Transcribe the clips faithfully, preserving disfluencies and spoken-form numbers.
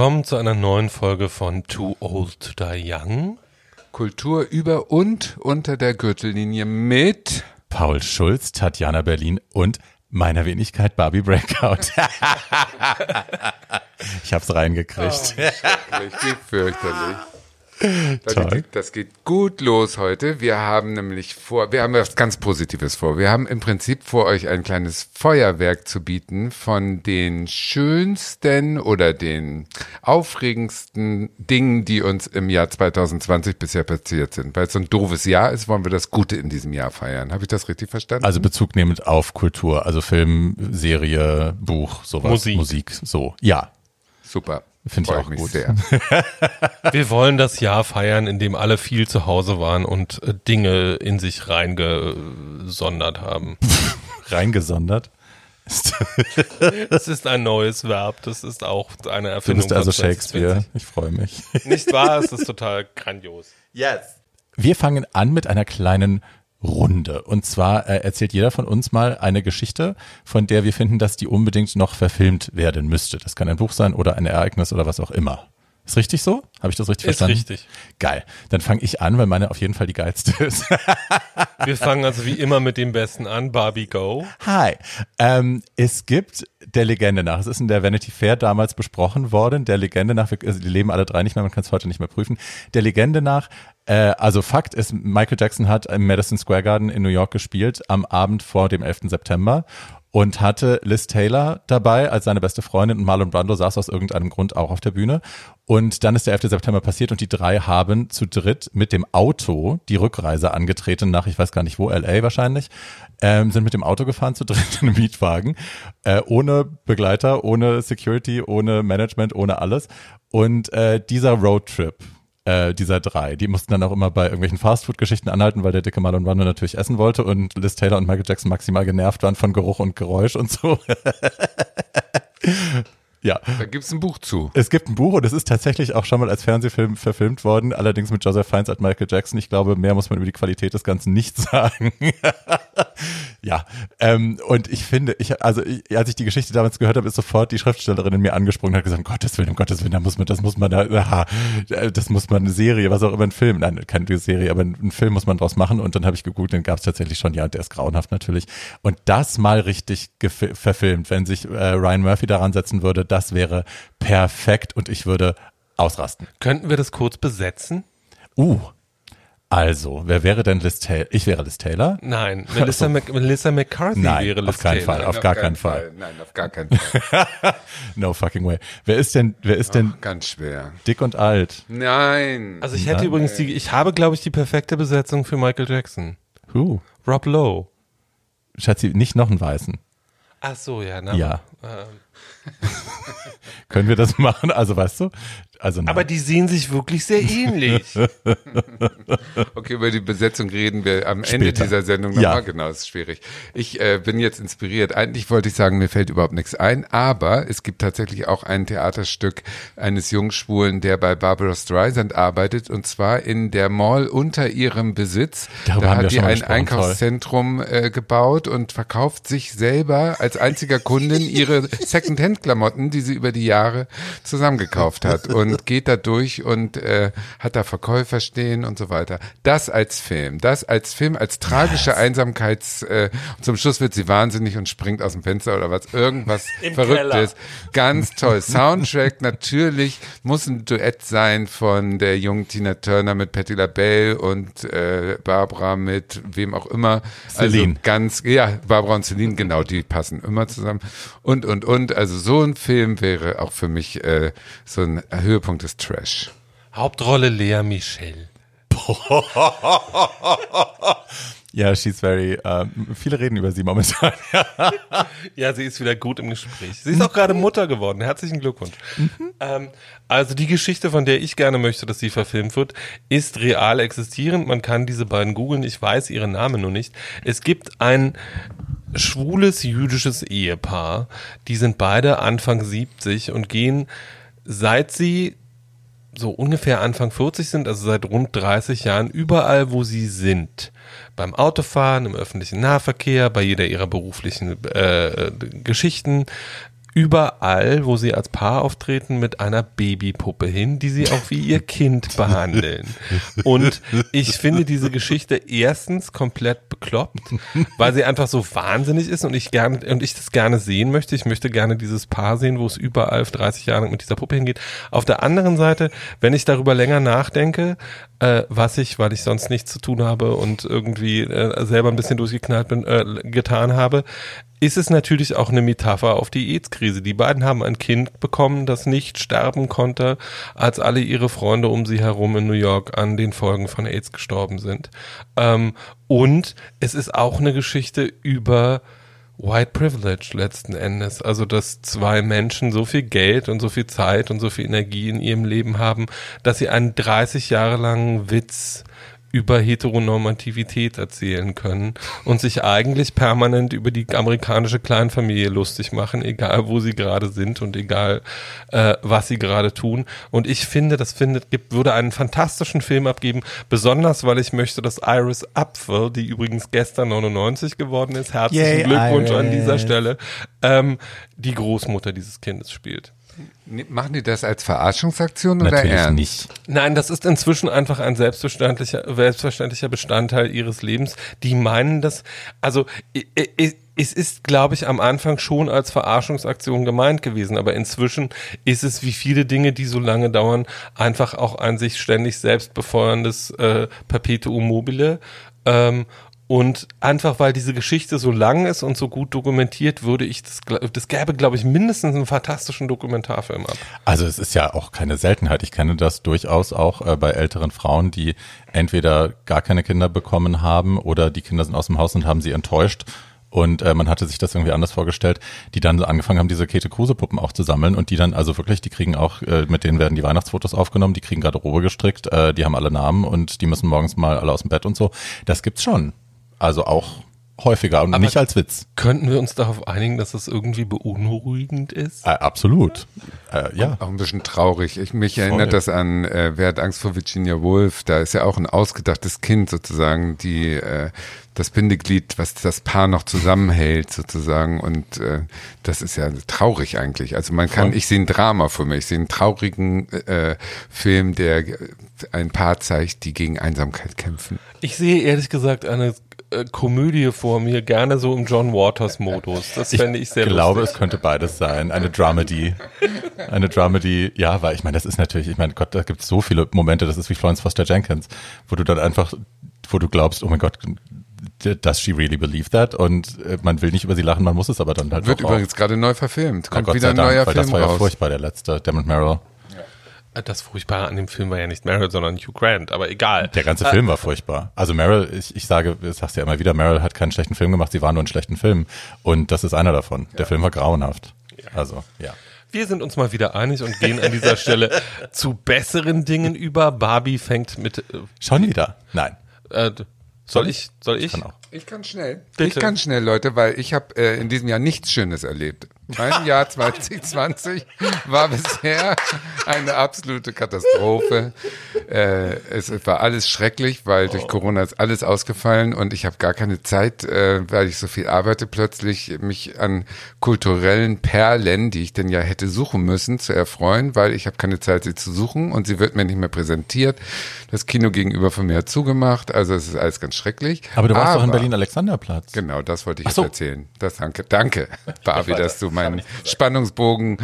willkommen zu einer neuen Folge von Too Old to Die Young. Kultur über und unter der Gürtellinie mit Paul Schulz, Tatjana Berlin und meiner Wenigkeit Barbie Breakout. Ich hab's reingekriegt. Oh, schrecklich, wie fürchterlich. Toll. Das, das geht gut los heute. Wir haben nämlich vor, wir haben was ganz Positives vor. Wir haben im Prinzip vor, euch ein kleines Feuerwerk zu bieten von den schönsten oder den aufregendsten Dingen, die uns im Jahr zwanzig zwanzig bisher passiert sind. Weil es so ein doofes Jahr ist, wollen wir das Gute in diesem Jahr feiern. Habe ich das richtig verstanden? Also Bezug nehmend auf Kultur, also Film, Serie, Buch, sowas. Musik. Musik, so. Ja. Super. Finde ich auch mich gut. Sehr. Wir wollen das Jahr feiern, in dem alle viel zu Hause waren und äh, Dinge in sich reingesondert haben. Reingesondert? Das ist ein neues Verb, das ist auch eine Du Erfindung. bist also von Shakespeare. Ich freue mich. Nicht wahr? Es ist total grandios. Yes. Wir fangen an mit einer kleinen Runde. Und zwar äh, erzählt jeder von uns mal eine Geschichte, von der wir finden, dass die unbedingt noch verfilmt werden müsste. Das kann ein Buch sein oder ein Ereignis oder was auch immer. Ist richtig so? Habe ich das richtig Ist verstanden? richtig. Geil. Dann fange ich an, weil meine auf jeden Fall die geilste ist. Wir fangen also wie immer mit dem Besten an. Barbie, go. Hi. Ähm, es gibt der Legende nach, es ist in der Vanity Fair damals besprochen worden, der Legende nach, also die leben alle drei nicht mehr, man kann es heute nicht mehr prüfen, der Legende nach, äh, also Fakt ist, Michael Jackson hat im Madison Square Garden in New York gespielt, am Abend vor dem elften September und hatte Liz Taylor dabei als seine beste Freundin und Marlon Brando saß aus irgendeinem Grund auch auf der Bühne. Und dann ist der elfte September passiert und die drei haben zu dritt mit dem Auto die Rückreise angetreten nach, ich weiß gar nicht wo, L A wahrscheinlich, ähm, sind mit dem Auto gefahren zu dritt in einem Mietwagen, äh, ohne Begleiter, ohne Security, ohne Management, ohne alles. Und äh, dieser Roadtrip, Äh, dieser drei. Die mussten dann auch immer bei irgendwelchen Fastfood-Geschichten anhalten, weil der dicke Marlon Brando natürlich essen wollte und Liz Taylor und Michael Jackson maximal genervt waren von Geruch und Geräusch und so. Ja. Da gibt's ein Buch zu. Es gibt ein Buch und es ist tatsächlich auch schon mal als Fernsehfilm verfilmt worden, allerdings mit Joseph Fiennes als Michael Jackson. Ich glaube, mehr muss man über die Qualität des Ganzen nicht sagen. Ja, ähm, und ich finde, ich, also ich, als ich die Geschichte damals gehört habe, ist sofort die Schriftstellerin in mir angesprungen und hat gesagt, um Gottes Willen, um Gottes Willen, da muss man, das muss man da, aha, das muss man eine Serie, was auch immer, ein Film, nein, keine Serie, aber einen Film muss man draus machen und dann habe ich gegoogelt, den gab es tatsächlich schon, ja, und der ist grauenhaft natürlich. Und das mal richtig gef- verfilmt, wenn sich äh, Ryan Murphy daran setzen würde, das wäre perfekt und ich würde ausrasten. Könnten wir das kurz besetzen? Uh, also, wer wäre denn Liz Taylor? Ich wäre Liz Taylor. Nein, Melissa, Mac- Melissa McCarthy Nein, wäre Liz auf keinen Taylor. Fall. Auf gar keinen Fall. Nein, auf gar keinen Fall. No fucking way. Wer ist denn, wer ist denn Ach, ganz schwer. dick und alt? Nein. Also ich hätte Nein. übrigens die, ich habe glaube ich die perfekte Besetzung für Michael Jackson. Who? Rob Lowe. Schatzi, nicht noch einen Weißen. Ach so, ja. Na, Ja. Ähm. Können wir das machen? Also, weißt du? Also, nein. Aber die sehen sich wirklich sehr ähnlich. Okay, über die Besetzung reden wir am Ende Später. dieser Sendung nochmal. Ja. Genau, das ist schwierig. Ich äh, bin jetzt inspiriert. Eigentlich wollte ich sagen, mir fällt überhaupt nichts ein, aber es gibt tatsächlich auch ein Theaterstück eines Jungschwulen, der bei Barbara Streisand arbeitet, und zwar in der Mall unter ihrem Besitz. Darüber Da haben wir hat die schon ein gesprochen, Einkaufszentrum äh, gebaut und verkauft sich selber als einziger Kundin ihre Secondhand-Klamotten, die sie über die Jahre zusammengekauft hat, und geht da durch und äh, hat da Verkäufer stehen und so weiter. Das als Film, das als Film, als tragische Yes. Einsamkeits, äh, und zum Schluss wird sie wahnsinnig und springt aus dem Fenster oder was, irgendwas Im Verrücktes. Ganz toll. Soundtrack natürlich muss ein Duett sein von der jungen Tina Turner mit Patti LaBelle und äh, Barbara mit wem auch immer. Celine. Also ganz, ja, Barbara und Celine, genau, die passen immer zusammen. Und, und, und, also so ein Film wäre auch für mich äh, so ein Höhepunkt des Trash. Hauptrolle Lea Michele. Ja, she's very, uh, viele reden über sie momentan. Ja, sie ist wieder gut im Gespräch. Sie ist auch gerade Mutter geworden. Herzlichen Glückwunsch. Mhm. Ähm, also die Geschichte, von der ich gerne möchte, dass sie verfilmt wird, ist real existierend. Man kann diese beiden googeln. Ich weiß ihre Namen nur nicht. Es gibt ein schwules jüdisches Ehepaar. Die sind beide Anfang siebzig und gehen, seit sie so ungefähr Anfang vierzig sind, also seit rund dreißig Jahren, überall, wo sie sind. Beim Autofahren, im öffentlichen Nahverkehr, bei jeder ihrer beruflichen äh, Geschichten, überall, wo sie als Paar auftreten, mit einer Babypuppe hin, die sie auch wie ihr Kind behandeln. Und ich finde diese Geschichte erstens komplett bekloppt, weil sie einfach so wahnsinnig ist und ich gerne und ich das gerne sehen möchte. Ich möchte gerne dieses Paar sehen, wo es überall dreißig Jahre lang mit dieser Puppe hingeht. Auf der anderen Seite, wenn ich darüber länger nachdenke, äh, was ich, weil ich sonst nichts zu tun habe und irgendwie äh, selber ein bisschen durchgeknallt bin, äh, getan habe, ist es natürlich auch eine Metapher auf die AIDS-Krise. Die beiden haben ein Kind bekommen, das nicht sterben konnte, als alle ihre Freunde um sie herum in New York an den Folgen von AIDS gestorben sind. Ähm, und es ist auch eine Geschichte über White Privilege letzten Endes. Also, dass zwei Menschen so viel Geld und so viel Zeit und so viel Energie in ihrem Leben haben, dass sie einen dreißig Jahre langen Witz über Heteronormativität erzählen können und sich eigentlich permanent über die amerikanische Kleinfamilie lustig machen, egal wo sie gerade sind und egal äh, was sie gerade tun. Und ich finde, das findet, gibt, würde einen fantastischen Film abgeben, besonders weil ich möchte, dass Iris Apfel, die übrigens gestern neunundneunzig geworden ist, herzlichen Yay, Glückwunsch Iris. an dieser Stelle, ähm, die Großmutter dieses Kindes spielt. Machen die das als Verarschungsaktion oder Natürlich ernst? nicht. Nein, das ist inzwischen einfach ein selbstverständlicher, selbstverständlicher Bestandteil ihres Lebens. Die meinen das, also i- i- es ist, glaube ich, am Anfang schon als Verarschungsaktion gemeint gewesen, aber inzwischen ist es, wie viele Dinge, die so lange dauern, einfach auch ein sich ständig selbst befeuerndes äh, Perpetuum mobile. Ähm, Und einfach, weil diese Geschichte so lang ist und so gut dokumentiert, würde ich das, das gäbe, glaube ich, mindestens einen fantastischen Dokumentarfilm ab. Also es ist ja auch keine Seltenheit. Ich kenne das durchaus auch äh, bei älteren Frauen, die entweder gar keine Kinder bekommen haben oder die Kinder sind aus dem Haus und haben sie enttäuscht. Und äh, man hatte sich das irgendwie anders vorgestellt, die dann so angefangen haben, diese Käthe-Kruse-Puppen auch zu sammeln und die dann also wirklich, die kriegen auch, äh, mit denen werden die Weihnachtsfotos aufgenommen, die kriegen Garderobe gestrickt, äh, die haben alle Namen und die müssen morgens mal alle aus dem Bett und so. Das gibt's schon. Also auch häufiger und Aber nicht als Witz. Könnten wir uns darauf einigen, dass das irgendwie beunruhigend ist? Äh, absolut. Äh, ja. Auch ein bisschen traurig. Ich, mich erinnert das an äh, Wer hat Angst vor Virginia Woolf? Da ist ja auch ein ausgedachtes Kind sozusagen, die äh, das Bindeglied, was das Paar noch zusammenhält sozusagen. Und äh, das ist ja traurig eigentlich. Also man kann, ich sehe ein Drama vor mir, ich sehe einen traurigen äh, Film, der ein Paar zeigt, die gegen Einsamkeit kämpfen. Ich sehe ehrlich gesagt eine äh, Komödie vor mir, gerne so im John Waters-Modus. Das fände ich sehr Ich glaube, lustig. es könnte beides sein. Eine Dramedy. Eine Dramedy, ja, weil ich meine, das ist natürlich, ich meine, Gott, da gibt es so viele Momente, das ist wie Florence Foster Jenkins, wo du dann einfach, wo du glaubst, oh mein Gott, does she really believe that? Und äh, man will nicht über sie lachen, man muss es aber dann halt Wird doch übrigens gerade neu verfilmt. auch. Kommt Oh Gott wieder sei ein Dank, neuer weil Film das war ja raus. furchtbar, der letzte, Damon Merrill. Das Furchtbare an dem Film war ja nicht Meryl, sondern Hugh Grant, aber egal. Der ganze Film war furchtbar. Also Meryl, ich, ich sage, das sagst du ja immer wieder, Meryl hat keinen schlechten Film gemacht, sie war nur einen schlechten Film. Und das ist einer davon. Der Film war grauenhaft. Also, ja. Wir sind uns mal wieder einig und gehen an dieser Stelle zu besseren Dingen über. Barbie fängt mit... Äh, Schon wieder? Nein. äh, soll ich? Soll ich? Kann auch. Ich kann schnell. Bitte. Ich kann schnell, Leute, weil ich habe äh, in diesem Jahr nichts Schönes erlebt. Mein Jahr zwanzig zwanzig war bisher eine absolute Katastrophe. Äh, es war alles schrecklich, weil durch Corona ist alles ausgefallen und ich habe gar keine Zeit, äh, weil ich so viel arbeite, plötzlich mich an kulturellen Perlen, die ich denn ja hätte suchen müssen, zu erfreuen, weil ich habe keine Zeit, sie zu suchen und sie wird mir nicht mehr präsentiert. Das Kino gegenüber von mir hat zugemacht, also es ist alles ganz schrecklich. Aber du warst Aber, doch in Berlin-Alexanderplatz. Genau, das wollte ich Ach jetzt so. erzählen. Das danke, danke, Barbie, dass du meinen Spannungsbogen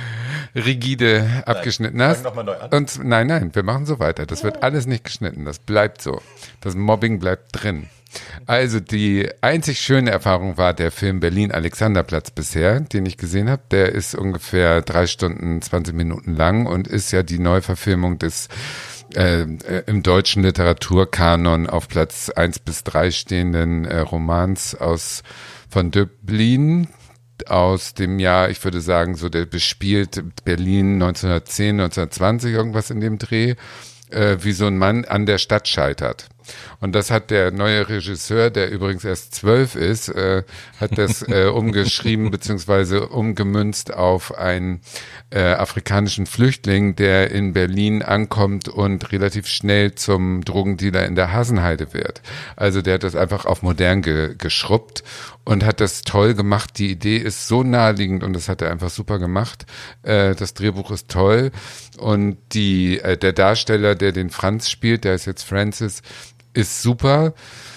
rigide abgeschnitten hast. noch mal neu an. Und nein, nein, wir machen so weiter. Das wird alles nicht geschnitten. Das bleibt so. Das Mobbing bleibt drin. Also die einzig schöne Erfahrung war der Film Berlin-Alexanderplatz bisher, den ich gesehen habe. Der ist ungefähr drei Stunden, zwanzig Minuten lang und ist ja die Neuverfilmung des äh, äh, im deutschen Literaturkanon auf Platz eins bis drei stehenden äh, Romans aus von Döblin aus dem Jahr, ich würde sagen, so der bespielt Berlin neunzehnhundertzehn, neunzehnhundertzwanzig, irgendwas in dem Dreh, äh, wie so ein Mann an der Stadt scheitert. Und das hat der neue Regisseur, der übrigens erst zwölf ist, äh, hat das äh, umgeschrieben beziehungsweise umgemünzt auf einen äh, afrikanischen Flüchtling, der in Berlin ankommt und relativ schnell zum Drogendealer in der Hasenheide wird. Also der hat das einfach auf modern ge- geschrubbt und hat das toll gemacht. Die Idee ist so naheliegend und das hat er einfach super gemacht. Äh, das Drehbuch ist toll und die äh, der Darsteller, der den Franz spielt, der ist jetzt Francis, ist super.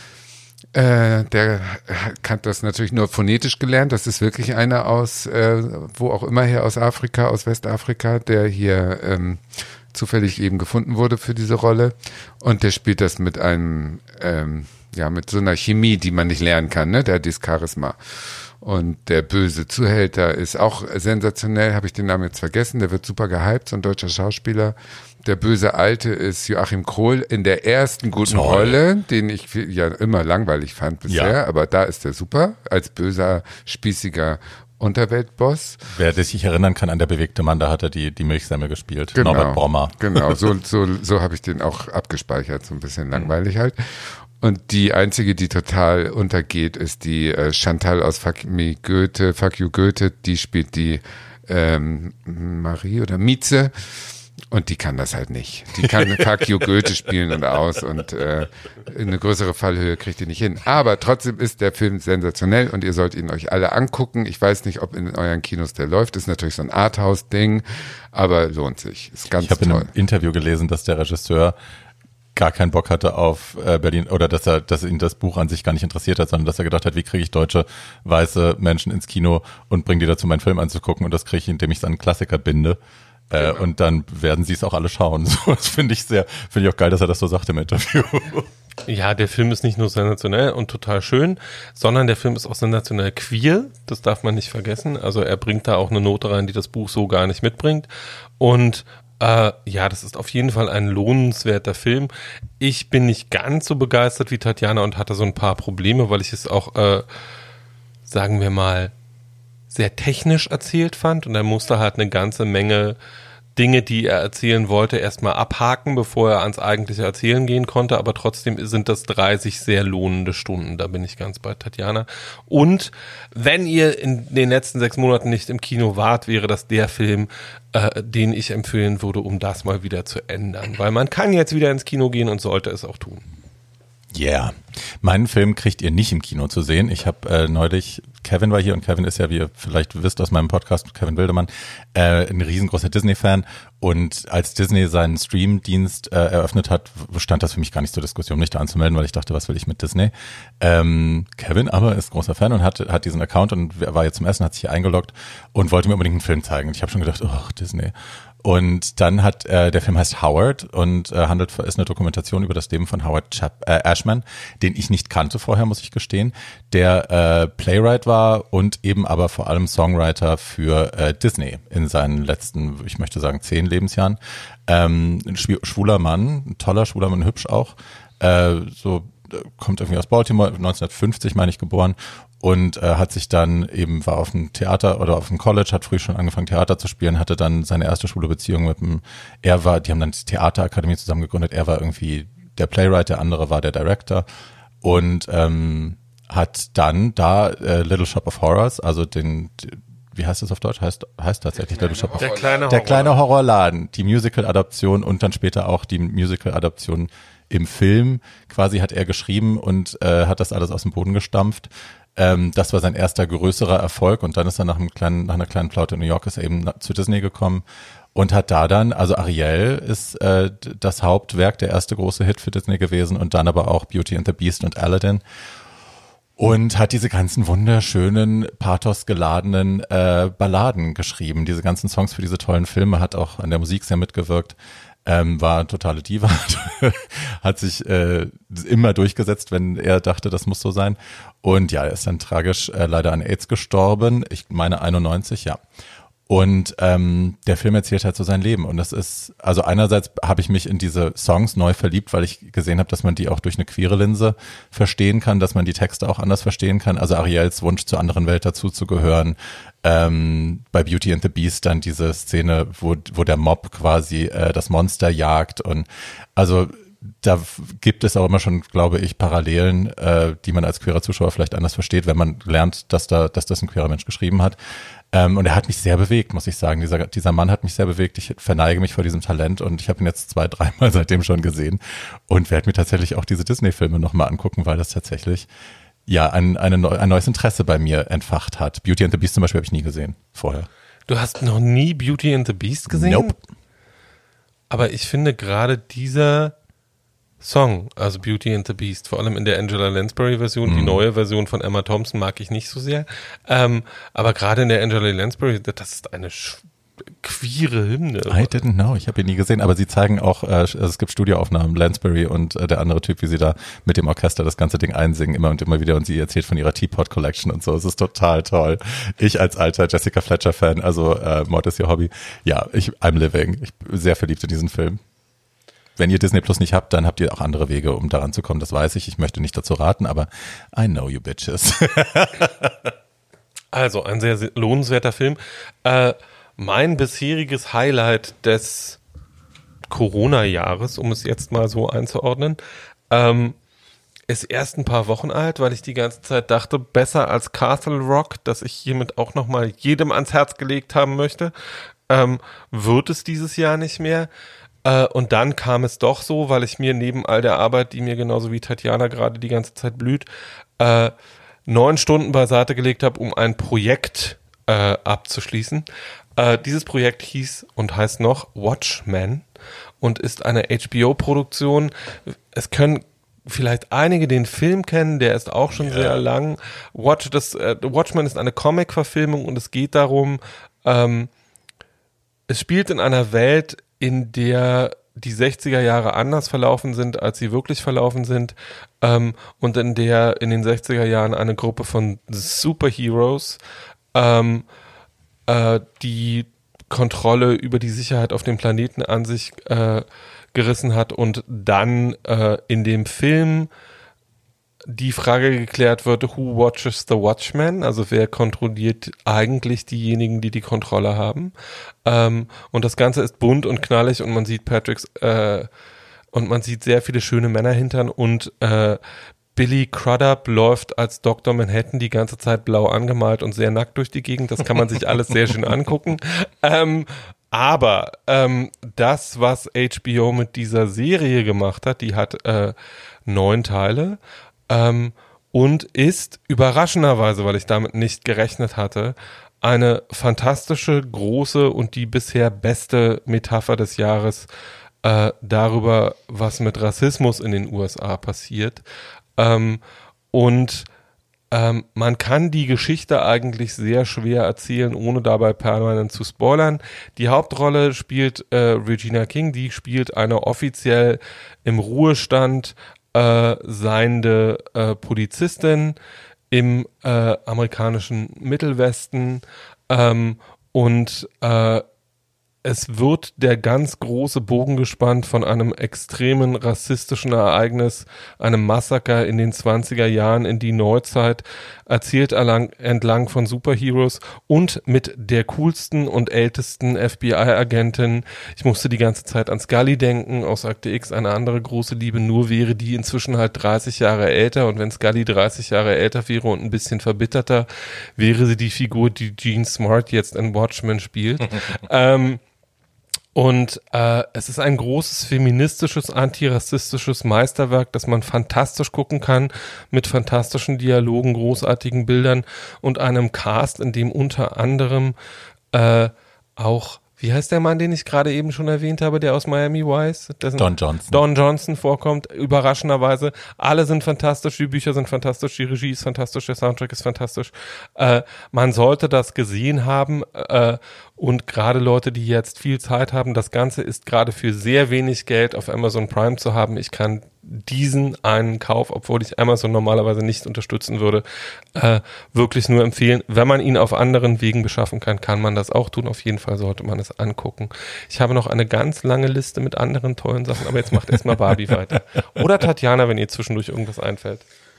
Äh, der hat das natürlich nur phonetisch gelernt. Das ist wirklich einer aus, äh, wo auch immer her, aus Afrika, aus Westafrika, der hier ähm, zufällig eben gefunden wurde für diese Rolle. Und der spielt das mit einem, ähm, ja, mit so einer Chemie, die man nicht lernen kann, ne? Der hat dieses Charisma. Und der böse Zuhälter ist auch sensationell, habe ich den Namen jetzt vergessen, der wird super gehypt, so ein deutscher Schauspieler. Der böse Alte ist Joachim Krohl in der ersten guten Toll. Rolle, den ich ja immer langweilig fand bisher, Ja. aber da ist er super, als böser, spießiger Unterweltboss. Wer sich erinnern kann an der bewegte Mann, da hat er die, die Milchsemmel gespielt. Genau, Norbert Brommer. Genau, so, so, so habe ich den auch abgespeichert, so ein bisschen langweilig halt. Und die einzige, die total untergeht, ist die äh, Chantal aus Fuck Me Goethe, Fuck You Goethe, die spielt die ähm, Marie oder Mieze. Und die kann das halt nicht. Die kann Fuck You Goethe spielen und aus und äh, eine größere Fallhöhe kriegt die nicht hin. Aber trotzdem ist der Film sensationell und ihr sollt ihn euch alle angucken. Ich weiß nicht, ob in euren Kinos der läuft. Ist natürlich so ein Arthouse-Ding, aber lohnt sich. Ist ganz Ich habe in toll. einem Interview gelesen, dass der Regisseur gar keinen Bock hatte auf äh, Berlin oder dass er, dass ihn das Buch an sich gar nicht interessiert hat, sondern dass er gedacht hat, wie kriege ich deutsche weiße Menschen ins Kino und bringe die dazu, meinen Film anzugucken, und das kriege ich, indem ich es an einen Klassiker binde. Äh, Genau. Und dann werden sie es auch alle schauen. So, das finde ich sehr, finde ich auch geil, dass er das so sagt im Interview. Ja, der Film ist nicht nur sensationell und total schön, sondern der Film ist auch sensationell queer. Das darf man nicht vergessen. Also er bringt da auch eine Note rein, die das Buch so gar nicht mitbringt. Und äh, ja, das ist auf jeden Fall ein lohnenswerter Film. Ich bin nicht ganz so begeistert wie Tatjana und hatte so ein paar Probleme, weil ich es auch, äh, sagen wir mal, sehr technisch erzählt fand, und er musste halt eine ganze Menge Dinge, die er erzählen wollte, erstmal abhaken, bevor er ans eigentliche Erzählen gehen konnte, aber trotzdem sind das dreißig sehr lohnende Stunden, da bin ich ganz bei Tatjana. Und wenn ihr in den letzten sechs Monaten nicht im Kino wart, wäre das der Film, äh, den ich empfehlen würde, um das mal wieder zu ändern, weil man kann jetzt wieder ins Kino gehen und sollte es auch tun. Yeah. Meinen Film kriegt ihr nicht im Kino zu sehen. Ich habe äh, neulich, Kevin war hier, und Kevin ist ja, wie ihr vielleicht wisst aus meinem Podcast, Kevin Wildemann, äh, ein riesengroßer Disney-Fan, und als Disney seinen Stream-Dienst äh, eröffnet hat, stand das für mich gar nicht zur Diskussion, mich da anzumelden, weil ich dachte, was will ich mit Disney? Ähm, Kevin aber ist großer Fan und hat, hat diesen Account und war jetzt zum Essen, hat sich hier eingeloggt und wollte mir unbedingt einen Film zeigen. Und ich habe schon gedacht, oh, Disney. Und dann hat, äh, der Film heißt Howard und äh, handelt, ist eine Dokumentation über das Leben von Howard Chap- äh, Ashman, den ich nicht kannte vorher, muss ich gestehen, der äh, Playwright war und eben aber vor allem Songwriter für äh, Disney in seinen letzten, ich möchte sagen, zehn Lebensjahren. Ähm, ein schw- schwuler Mann, ein toller schwuler Mann, hübsch auch, äh, so äh, kommt irgendwie aus Baltimore, neunzehnhundertfünfzig meine ich geboren. Und äh, hat sich dann eben, war auf dem Theater oder auf dem College, hat früh schon angefangen Theater zu spielen, hatte dann seine erste schwule Beziehung mit dem, er war, die haben dann die Theaterakademie zusammen gegründet, er war irgendwie der Playwright, der andere war der Director, und ähm, hat dann da äh, Little Shop of Horrors, also den, wie heißt das auf Deutsch? Heißt, heißt tatsächlich Little Shop of Der kleine Der Horror. kleine Horrorladen, die Musical-Adaption und dann später auch die Musical-Adaption im Film quasi hat er geschrieben und äh, hat das alles aus dem Boden gestampft. Ähm, das war sein erster größerer Erfolg, und dann ist er nach einem kleinen, nach einer kleinen Flaute in New York ist er eben na, zu Disney gekommen und hat da dann, also Ariel ist äh, das Hauptwerk, der erste große Hit für Disney gewesen, und dann aber auch Beauty and the Beast und Aladdin, und hat diese ganzen wunderschönen, pathosgeladenen äh, Balladen geschrieben, diese ganzen Songs für diese tollen Filme, hat auch an der Musik sehr mitgewirkt. Ähm, war eine totale Diva, hat sich äh, immer durchgesetzt, wenn er dachte, das muss so sein. Und ja, er ist dann tragisch äh, leider an AIDS gestorben. Ich meine einundneunzig, ja. Und ähm, der Film erzählt halt so sein Leben. Und das ist, also einerseits habe ich mich in diese Songs neu verliebt, weil ich gesehen habe, dass man die auch durch eine queere Linse verstehen kann, dass man die Texte auch anders verstehen kann. Also Ariels Wunsch, zur anderen Welt dazuzugehören. Ähm, bei Beauty and the Beast dann diese Szene, wo wo der Mob quasi äh, das Monster jagt. Und also da gibt es auch immer schon, glaube ich, Parallelen, äh, die man als queerer Zuschauer vielleicht anders versteht, wenn man lernt, dass da, dass das ein queerer Mensch geschrieben hat. Ähm, und er hat mich sehr bewegt, muss ich sagen. Dieser, dieser Mann hat mich sehr bewegt. Ich verneige mich vor diesem Talent und ich habe ihn jetzt zwei, dreimal seitdem schon gesehen und werde mir tatsächlich auch diese Disney-Filme nochmal angucken, weil das tatsächlich ja ein, eine, ein neues Interesse bei mir entfacht hat. Beauty and the Beast zum Beispiel habe ich nie gesehen vorher. Du hast noch nie Beauty and the Beast gesehen? Nope. Aber ich finde gerade dieser Song, also Beauty and the Beast, vor allem in der Angela Lansbury-Version, mhm. die neue Version von Emma Thompson mag ich nicht so sehr, ähm, aber gerade in der Angela Lansbury, das ist eine sch- queere Hymne. I didn't know, ich habe ihn nie gesehen, aber sie zeigen auch, äh, also es gibt Studioaufnahmen, Lansbury und äh, der andere Typ, wie sie da mit dem Orchester das ganze Ding einsingen, immer und immer wieder, und sie erzählt von ihrer Teapot Collection und so, es ist total toll. Ich als alter Jessica Fletcher-Fan, also äh, Mord ist ihr Hobby, ja, ich, I'm living, ich bin sehr verliebt in diesen Film. Wenn ihr Disney Plus nicht habt, dann habt ihr auch andere Wege, um daran zu kommen, das weiß ich, ich möchte nicht dazu raten, aber I know you bitches. Also, ein sehr, sehr lohnenswerter Film. Äh, mein bisheriges Highlight des Corona-Jahres, um es jetzt mal so einzuordnen, ähm, ist erst ein paar Wochen alt, weil ich die ganze Zeit dachte, besser als Castle Rock, das ich hiermit auch nochmal jedem ans Herz gelegt haben möchte, ähm, wird es dieses Jahr nicht mehr. Äh, und dann kam es doch so, weil ich mir neben all der Arbeit, die mir genauso wie Tatjana gerade die ganze Zeit blüht, äh, neun Stunden beiseite gelegt habe, um ein Projekt äh, abzuschließen. Äh, dieses Projekt hieß und heißt noch Watchmen und ist eine H B O-Produktion. Es können vielleicht einige den Film kennen, der ist auch schon yeah. sehr lang. Watch, das, äh, Watchmen ist eine Comic-Verfilmung und es geht darum, ähm, es spielt in einer Welt, in der die sechziger Jahre anders verlaufen sind, als sie wirklich verlaufen sind, ähm, und in der in den sechziger Jahren eine Gruppe von Superheroes ähm, äh, die Kontrolle über die Sicherheit auf dem Planeten an sich äh, gerissen hat und dann äh, in dem Film die Frage geklärt wird, who watches the Watchmen? Also wer kontrolliert eigentlich diejenigen, die die Kontrolle haben? Ähm, und das Ganze ist bunt und knallig und man sieht Patricks äh, und man sieht sehr viele schöne Männerhintern und äh, Billy Crudup läuft als Doktor Manhattan die ganze Zeit blau angemalt und sehr nackt durch die Gegend. Das kann man sich alles sehr schön angucken. Ähm, aber ähm, das, was H B O mit dieser Serie gemacht hat, die hat äh, neun Teile. Ähm, und ist überraschenderweise, weil ich damit nicht gerechnet hatte, eine fantastische, große und die bisher beste Metapher des Jahres äh, darüber, was mit Rassismus in den U S A passiert. Ähm, und ähm, man kann die Geschichte eigentlich sehr schwer erzählen, ohne dabei permanent zu spoilern. Die Hauptrolle spielt äh, Regina King, die spielt eine offiziell im Ruhestand Äh, seiende äh, Polizistin im äh, amerikanischen Mittelwesten ähm, und äh, es wird der ganz große Bogen gespannt von einem extremen rassistischen Ereignis, einem Massaker in den zwanziger Jahren in die Neuzeit, erzählt entlang, entlang von Superheroes und mit der coolsten und ältesten F B I-Agentin. Ich musste die ganze Zeit an Scully denken, aus Akte X, eine andere große Liebe, nur wäre die inzwischen halt dreißig Jahre älter und wenn Scully dreißig Jahre älter wäre und ein bisschen verbitterter, wäre sie die Figur, die Jean Smart jetzt in Watchmen spielt. ähm, Und äh, es ist ein großes feministisches, antirassistisches Meisterwerk, das man fantastisch gucken kann, mit fantastischen Dialogen, großartigen Bildern und einem Cast, in dem unter anderem äh, auch, wie heißt der Mann, den ich gerade eben schon erwähnt habe, der aus Miami Vice? Don Johnson. Don Johnson vorkommt, überraschenderweise. Alle sind fantastisch, die Bücher sind fantastisch, die Regie ist fantastisch, der Soundtrack ist fantastisch. Äh, man sollte das gesehen haben äh, und gerade Leute, die jetzt viel Zeit haben, das Ganze ist gerade für sehr wenig Geld auf Amazon Prime zu haben. Ich kann diesen einen Kauf, obwohl ich Amazon normalerweise nicht unterstützen würde, äh, wirklich nur empfehlen. Wenn man ihn auf anderen Wegen beschaffen kann, kann man das auch tun. Auf jeden Fall sollte man es angucken. Ich habe noch eine ganz lange Liste mit anderen tollen Sachen, aber jetzt macht erstmal Barbie weiter. Oder Tatjana, wenn ihr zwischendurch irgendwas einfällt.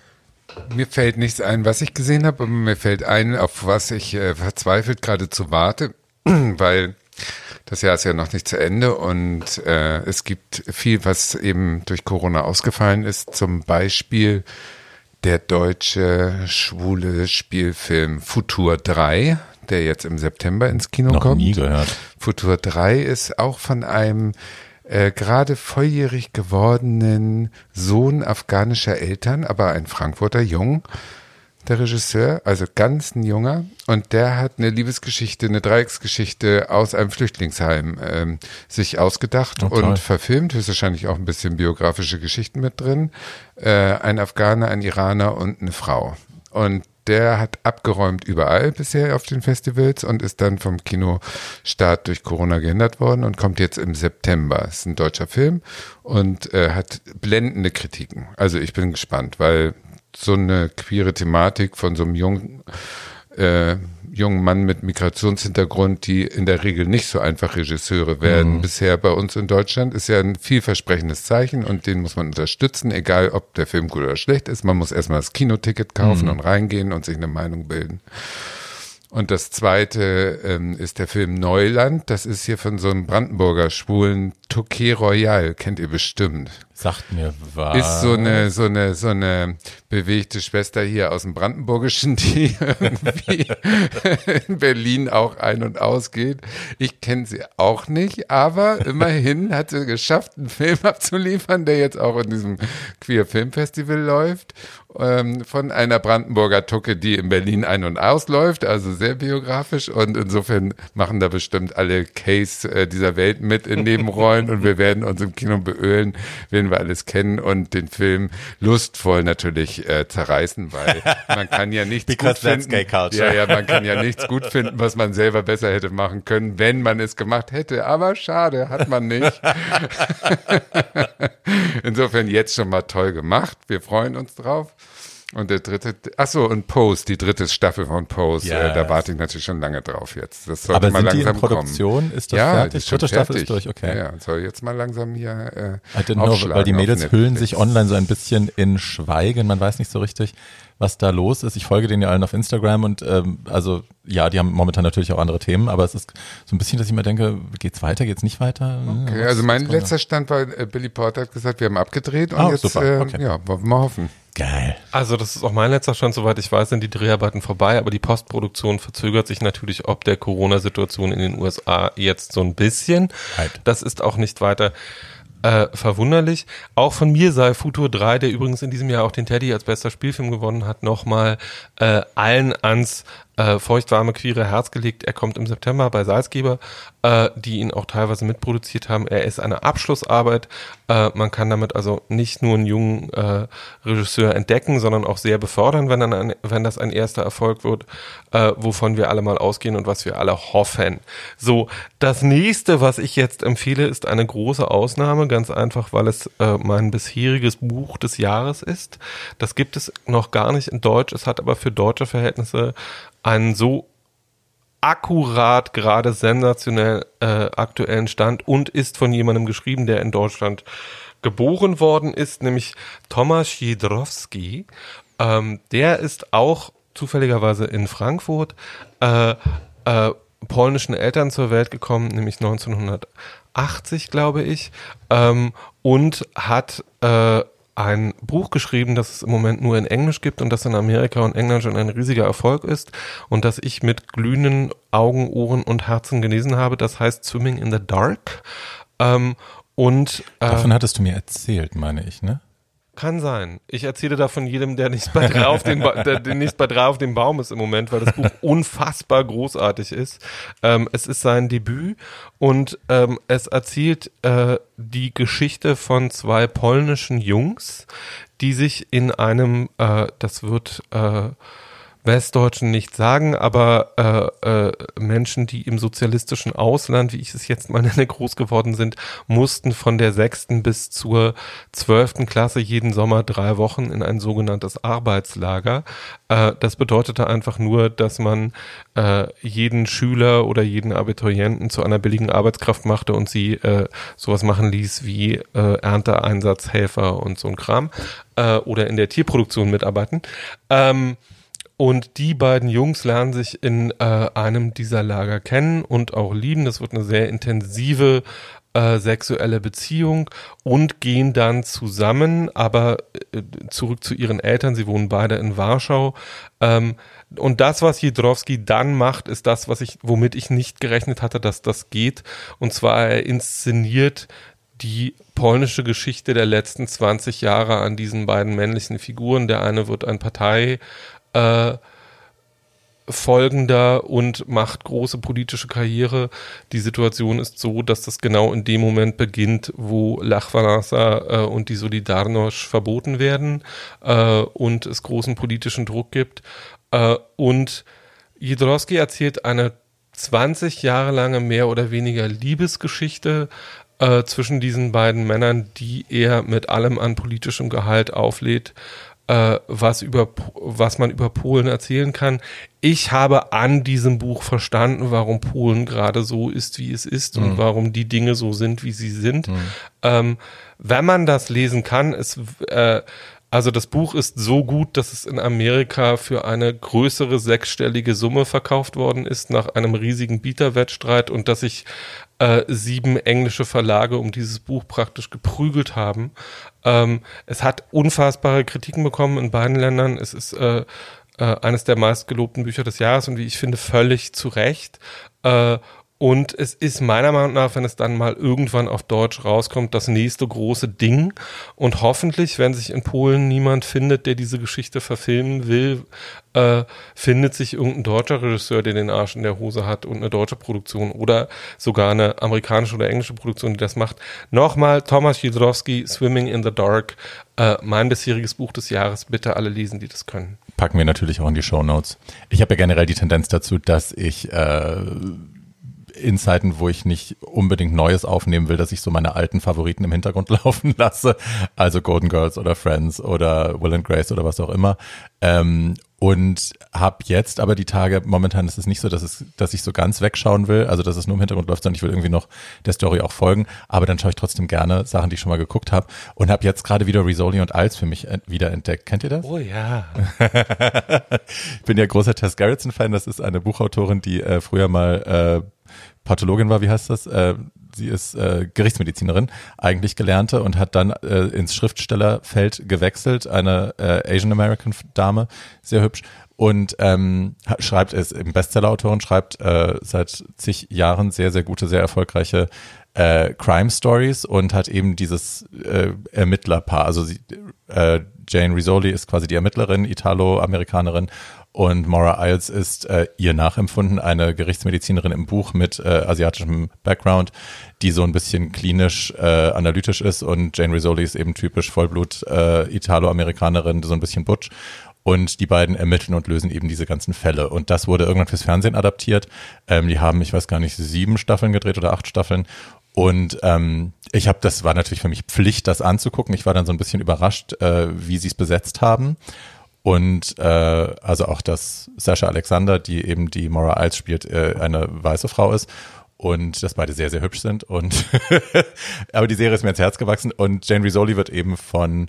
Mir fällt nichts ein, was ich gesehen habe, aber mir fällt ein, auf was ich äh, verzweifelt geradezu warte, weil Das Jahr ist ja noch nicht zu Ende und äh, es gibt viel, was eben durch Corona ausgefallen ist. Zum Beispiel der deutsche schwule Spielfilm Futur drei, der jetzt im September ins Kino noch kommt. Nie gehört. Futur drei ist auch von einem äh, gerade volljährig gewordenen Sohn afghanischer Eltern, aber ein Frankfurter Jung. Der Regisseur, also ganz ein Junger, und der hat eine Liebesgeschichte, eine Dreiecksgeschichte aus einem Flüchtlingsheim ähm, sich ausgedacht Oh, und verfilmt, höchstwahrscheinlich auch ein bisschen biografische Geschichten mit drin. Äh, ein Afghaner, ein Iraner und eine Frau. Und der hat abgeräumt überall bisher auf den Festivals und ist dann vom Kinostart durch Corona geändert worden und kommt jetzt im September. Ist ein deutscher Film und äh, hat blendende Kritiken. Also ich bin gespannt, weil so eine queere Thematik von so einem jungen, äh, jungen Mann mit Migrationshintergrund, die in der Regel nicht so einfach Regisseure werden, mhm. bisher bei uns in Deutschland, ist ja ein vielversprechendes Zeichen und den muss man unterstützen, egal ob der Film gut oder schlecht ist. Man muss erstmal das Kinoticket kaufen mhm. und reingehen und sich eine Meinung bilden. Und das zweite ähm, ist der Film Neuland. Das ist hier von so einem Brandenburger Schwulen, Touquet Royal, kennt ihr bestimmt. Sagt mir was. Ist so eine, so eine, so eine bewegte Schwester hier aus dem Brandenburgischen, die irgendwie in Berlin auch ein- und ausgeht. Ich kenne sie auch nicht, aber immerhin hat sie geschafft, einen Film abzuliefern, der jetzt auch in diesem Queer Film Festival läuft, ähm, von einer Brandenburger Tucke, die in Berlin ein- und ausläuft, also sehr biografisch, und insofern machen da bestimmt alle Case äh, dieser Welt mit in Nebenrollen und wir werden uns im Kino beölen, wenn wir alles kennen und den Film lustvoll natürlich äh, zerreißen, weil man kann ja nichts gut finden. Gay culture. Ja, ja, man kann ja nichts gut finden, was man selber besser hätte machen können, wenn man es gemacht hätte. Aber schade, hat man nicht. Insofern jetzt schon mal toll gemacht. Wir freuen uns drauf. Und der dritte, ach so, und Pose, die dritte Staffel von Pose, yes. äh, da warte ich natürlich schon lange drauf jetzt. Das sollte Aber mal sind langsam die in Produktion? Kommen. Ist das ja, fertig? Die dritte Staffel fertig. ist durch, okay. Ja, ja, soll jetzt mal langsam hier äh, I didn't know, weil die Mädels hüllen sich online so ein bisschen in Schweigen. Man weiß nicht so richtig, was da los ist. Ich folge denen ja allen auf Instagram und ähm, also ja, die haben momentan natürlich auch andere Themen, aber es ist so ein bisschen, dass ich mir denke, geht's weiter, geht's nicht weiter? Okay, was, also mein letzter da? Stand war, äh, Billy Porter hat gesagt, wir haben abgedreht und oh, jetzt, super. Okay. äh, ja, wollen wir mal hoffen. Geil. Also das ist auch mein letzter Stand, soweit ich weiß, sind die Dreharbeiten vorbei, aber die Postproduktion verzögert sich natürlich ob der Corona-Situation in den U S A jetzt so ein bisschen. Halt. Das ist auch nicht weiter äh, verwunderlich. Auch von mir sei Futur drei, der übrigens in diesem Jahr auch den Teddy als bester Spielfilm gewonnen hat, nochmal äh, allen ans äh, feuchtwarme, queere Herz gelegt. Er kommt im September bei Salzgeber, äh, die ihn auch teilweise mitproduziert haben. Er ist eine Abschlussarbeit. Äh, man kann damit also nicht nur einen jungen äh, Regisseur entdecken, sondern auch sehr befördern, wenn, dann ein, wenn das ein erster Erfolg wird, äh, wovon wir alle mal ausgehen und was wir alle hoffen. So, das nächste, was ich jetzt empfehle, ist eine große Ausnahme, ganz einfach, weil es äh, mein bisheriges Buch des Jahres ist. Das gibt es noch gar nicht in Deutsch. Es hat aber für deutsche Verhältnisse einen so akkurat, gerade sensationell äh, aktuellen Stand und ist von jemandem geschrieben, der in Deutschland geboren worden ist, nämlich Tomasz Jedrowski. Ähm, der ist auch zufälligerweise in Frankfurt äh, äh, polnischen Eltern zur Welt gekommen, nämlich neunzehnhundertachtzig, glaube ich, ähm, und hat äh, ein Buch geschrieben, das es im Moment nur in Englisch gibt und das in Amerika und England schon ein riesiger Erfolg ist und das ich mit glühenden Augen, Ohren und Herzen gelesen habe. Das heißt Swimming in the Dark. Ähm, und äh, Davon hattest du mir erzählt, meine ich, ne? Kann sein. Ich erzähle davon jedem, der nicht bei drei auf den ba- der, der nicht bei drei auf dem Baum ist im Moment, weil das Buch unfassbar großartig ist. Ähm, es ist sein Debüt und ähm, es erzählt äh, die Geschichte von zwei polnischen Jungs, die sich in einem, äh, das wird äh, Westdeutschen nicht sagen, aber äh, äh, Menschen, die im sozialistischen Ausland, wie ich es jetzt mal nenne, groß geworden sind, mussten von der sechsten bis zur zwölften Klasse jeden Sommer drei Wochen in ein sogenanntes Arbeitslager. Äh, das bedeutete einfach nur, dass man äh, jeden Schüler oder jeden Abiturienten zu einer billigen Arbeitskraft machte und sie äh, sowas machen ließ wie äh, Ernteeinsatzhelfer und so ein Kram äh, oder in der Tierproduktion mitarbeiten. Ähm, und die beiden Jungs lernen sich in äh, einem dieser Lager kennen und auch lieben. Das wird eine sehr intensive äh, sexuelle Beziehung und gehen dann zusammen, aber äh, zurück zu ihren Eltern. Sie wohnen beide in Warschau. Ähm, und das, was Jodorowsky dann macht, ist das, was ich, womit ich nicht gerechnet hatte, dass das geht. Und zwar er inszeniert die polnische Geschichte der letzten zwanzig Jahre an diesen beiden männlichen Figuren. Der eine wird ein Partei äh, folgender und macht große politische Karriere. Die Situation ist so, dass das genau in dem Moment beginnt, wo Lech Wałęsa äh, und die Solidarność verboten werden äh, und es großen politischen Druck gibt. Äh, und Jodorowsky erzählt eine zwanzig Jahre lange mehr oder weniger Liebesgeschichte Äh, zwischen diesen beiden Männern, die er mit allem an politischem Gehalt auflädt, äh, was über was man über Polen erzählen kann. Ich habe an diesem Buch verstanden, warum Polen gerade so ist, wie es ist mhm. und warum die Dinge so sind, wie sie sind. Mhm. Ähm, wenn man das lesen kann, ist äh, also das Buch ist so gut, dass es in Amerika für eine größere sechsstellige Summe verkauft worden ist nach einem riesigen Bieterwettstreit und dass sich äh, sieben englische Verlage um dieses Buch praktisch geprügelt haben. Ähm, es hat unfassbare Kritiken bekommen in beiden Ländern. Es ist äh, äh, eines der meistgelobten Bücher des Jahres und wie ich finde, völlig zu Recht. Äh, Und es ist meiner Meinung nach, wenn es dann mal irgendwann auf Deutsch rauskommt, das nächste große Ding. Und hoffentlich, wenn sich in Polen niemand findet, der diese Geschichte verfilmen will, äh, findet sich irgendein deutscher Regisseur, der den Arsch in der Hose hat und eine deutsche Produktion oder sogar eine amerikanische oder englische Produktion, die das macht. Nochmal, Thomas Jodorowsky, Swimming in the Dark, äh, mein bisheriges Buch des Jahres. Bitte alle lesen, die das können. Packen wir natürlich auch in die Shownotes. Ich habe ja generell die Tendenz dazu, dass ich äh, in Zeiten, wo ich nicht unbedingt Neues aufnehmen will, dass ich so meine alten Favoriten im Hintergrund laufen lasse, also Golden Girls oder Friends oder Will and Grace oder was auch immer. Ähm, und habe jetzt aber die Tage, momentan ist es nicht so, dass es, dass ich so ganz wegschauen will, also dass es nur im Hintergrund läuft, sondern ich will irgendwie noch der Story auch folgen, aber dann schaue ich trotzdem gerne Sachen, die ich schon mal geguckt habe und habe jetzt gerade wieder Rizzoli und Alz für mich wieder entdeckt. Kennt ihr das? Oh ja. Ich bin ja großer Tess Gerritsen-Fan, das ist eine Buchautorin, die äh, früher mal äh, Pathologin war, wie heißt das? Äh, sie ist äh, Gerichtsmedizinerin, eigentlich Gelernte und hat dann äh, ins Schriftstellerfeld gewechselt, eine äh, Asian American Dame, sehr hübsch und ähm, schreibt, ist eben Bestsellerautorin, schreibt äh, seit zig Jahren sehr, sehr gute, sehr erfolgreiche äh, Crime Stories und hat eben dieses äh, Ermittlerpaar, also sie, äh, Jane Rizzoli ist quasi die Ermittlerin, Italo-Amerikanerin und Maura Iles ist äh, ihr nachempfunden, eine Gerichtsmedizinerin im Buch mit äh, asiatischem Background, die so ein bisschen klinisch äh, analytisch ist und Jane Rizzoli ist eben typisch Vollblut äh, Italo-Amerikanerin, so ein bisschen butch und die beiden ermitteln und lösen eben diese ganzen Fälle und das wurde irgendwann fürs Fernsehen adaptiert. Ähm, die haben, ich weiß gar nicht, sieben Staffeln gedreht oder acht Staffeln. Und ähm, ich habe, das war natürlich für mich Pflicht, das anzugucken. Ich war dann so ein bisschen überrascht, äh, wie sie es besetzt haben. Und äh, also auch, dass Sasha Alexander, die eben die Maura Iles spielt, äh, eine weiße Frau ist. Und dass beide sehr, sehr hübsch sind. Und aber die Serie ist mir ins Herz gewachsen. Und Jane Rizzoli wird eben von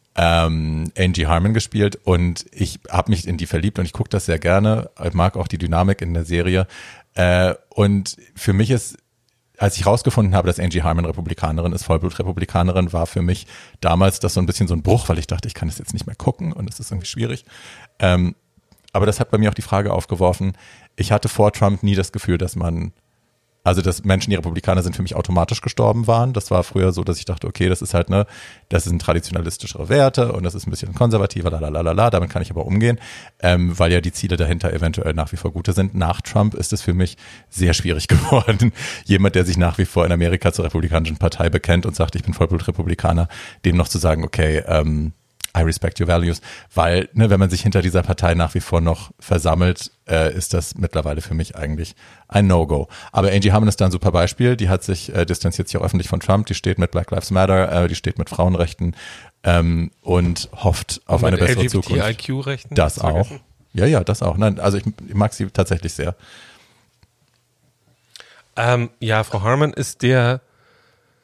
ähm, Angie Harmon gespielt. Und ich habe mich in die verliebt und ich gucke das sehr gerne. Ich mag auch die Dynamik in der Serie. Äh, und für mich ist, als ich rausgefunden habe, dass Angie Harmon Republikanerin ist, Vollblut-Republikanerin, war für mich damals das so ein bisschen so ein Bruch, weil ich dachte, ich kann es jetzt nicht mehr gucken und es ist irgendwie schwierig. Ähm, aber das hat bei mir auch die Frage aufgeworfen, ich hatte vor Trump nie das Gefühl, dass man, also dass Menschen, die Republikaner sind, für mich automatisch gestorben waren. Das war früher so, dass ich dachte, okay, das ist halt, ne, das sind traditionalistischere Werte und das ist ein bisschen konservativer, lalalala, damit kann ich aber umgehen, ähm, weil ja die Ziele dahinter eventuell nach wie vor gute sind. Nach Trump ist es für mich sehr schwierig geworden. Jemand, der sich nach wie vor in Amerika zur Republikanischen Partei bekennt und sagt, ich bin Vollblut-Republikaner, dem noch zu sagen, okay, ähm, I respect your values, weil, ne, wenn man sich hinter dieser Partei nach wie vor noch versammelt, äh, ist das mittlerweile für mich eigentlich ein No-Go. Aber Angie Harmon ist da ein super Beispiel, die hat sich, äh, distanziert sich auch öffentlich von Trump, die steht mit Black Lives Matter, äh, die steht mit Frauenrechten ähm, und hofft auf und eine bessere L G B T I Zukunft. Q-Rechten? Das auch. Vergessen? Ja, ja, das auch. Nein, also ich, ich mag sie tatsächlich sehr. Ähm, ja, Frau Harmon ist der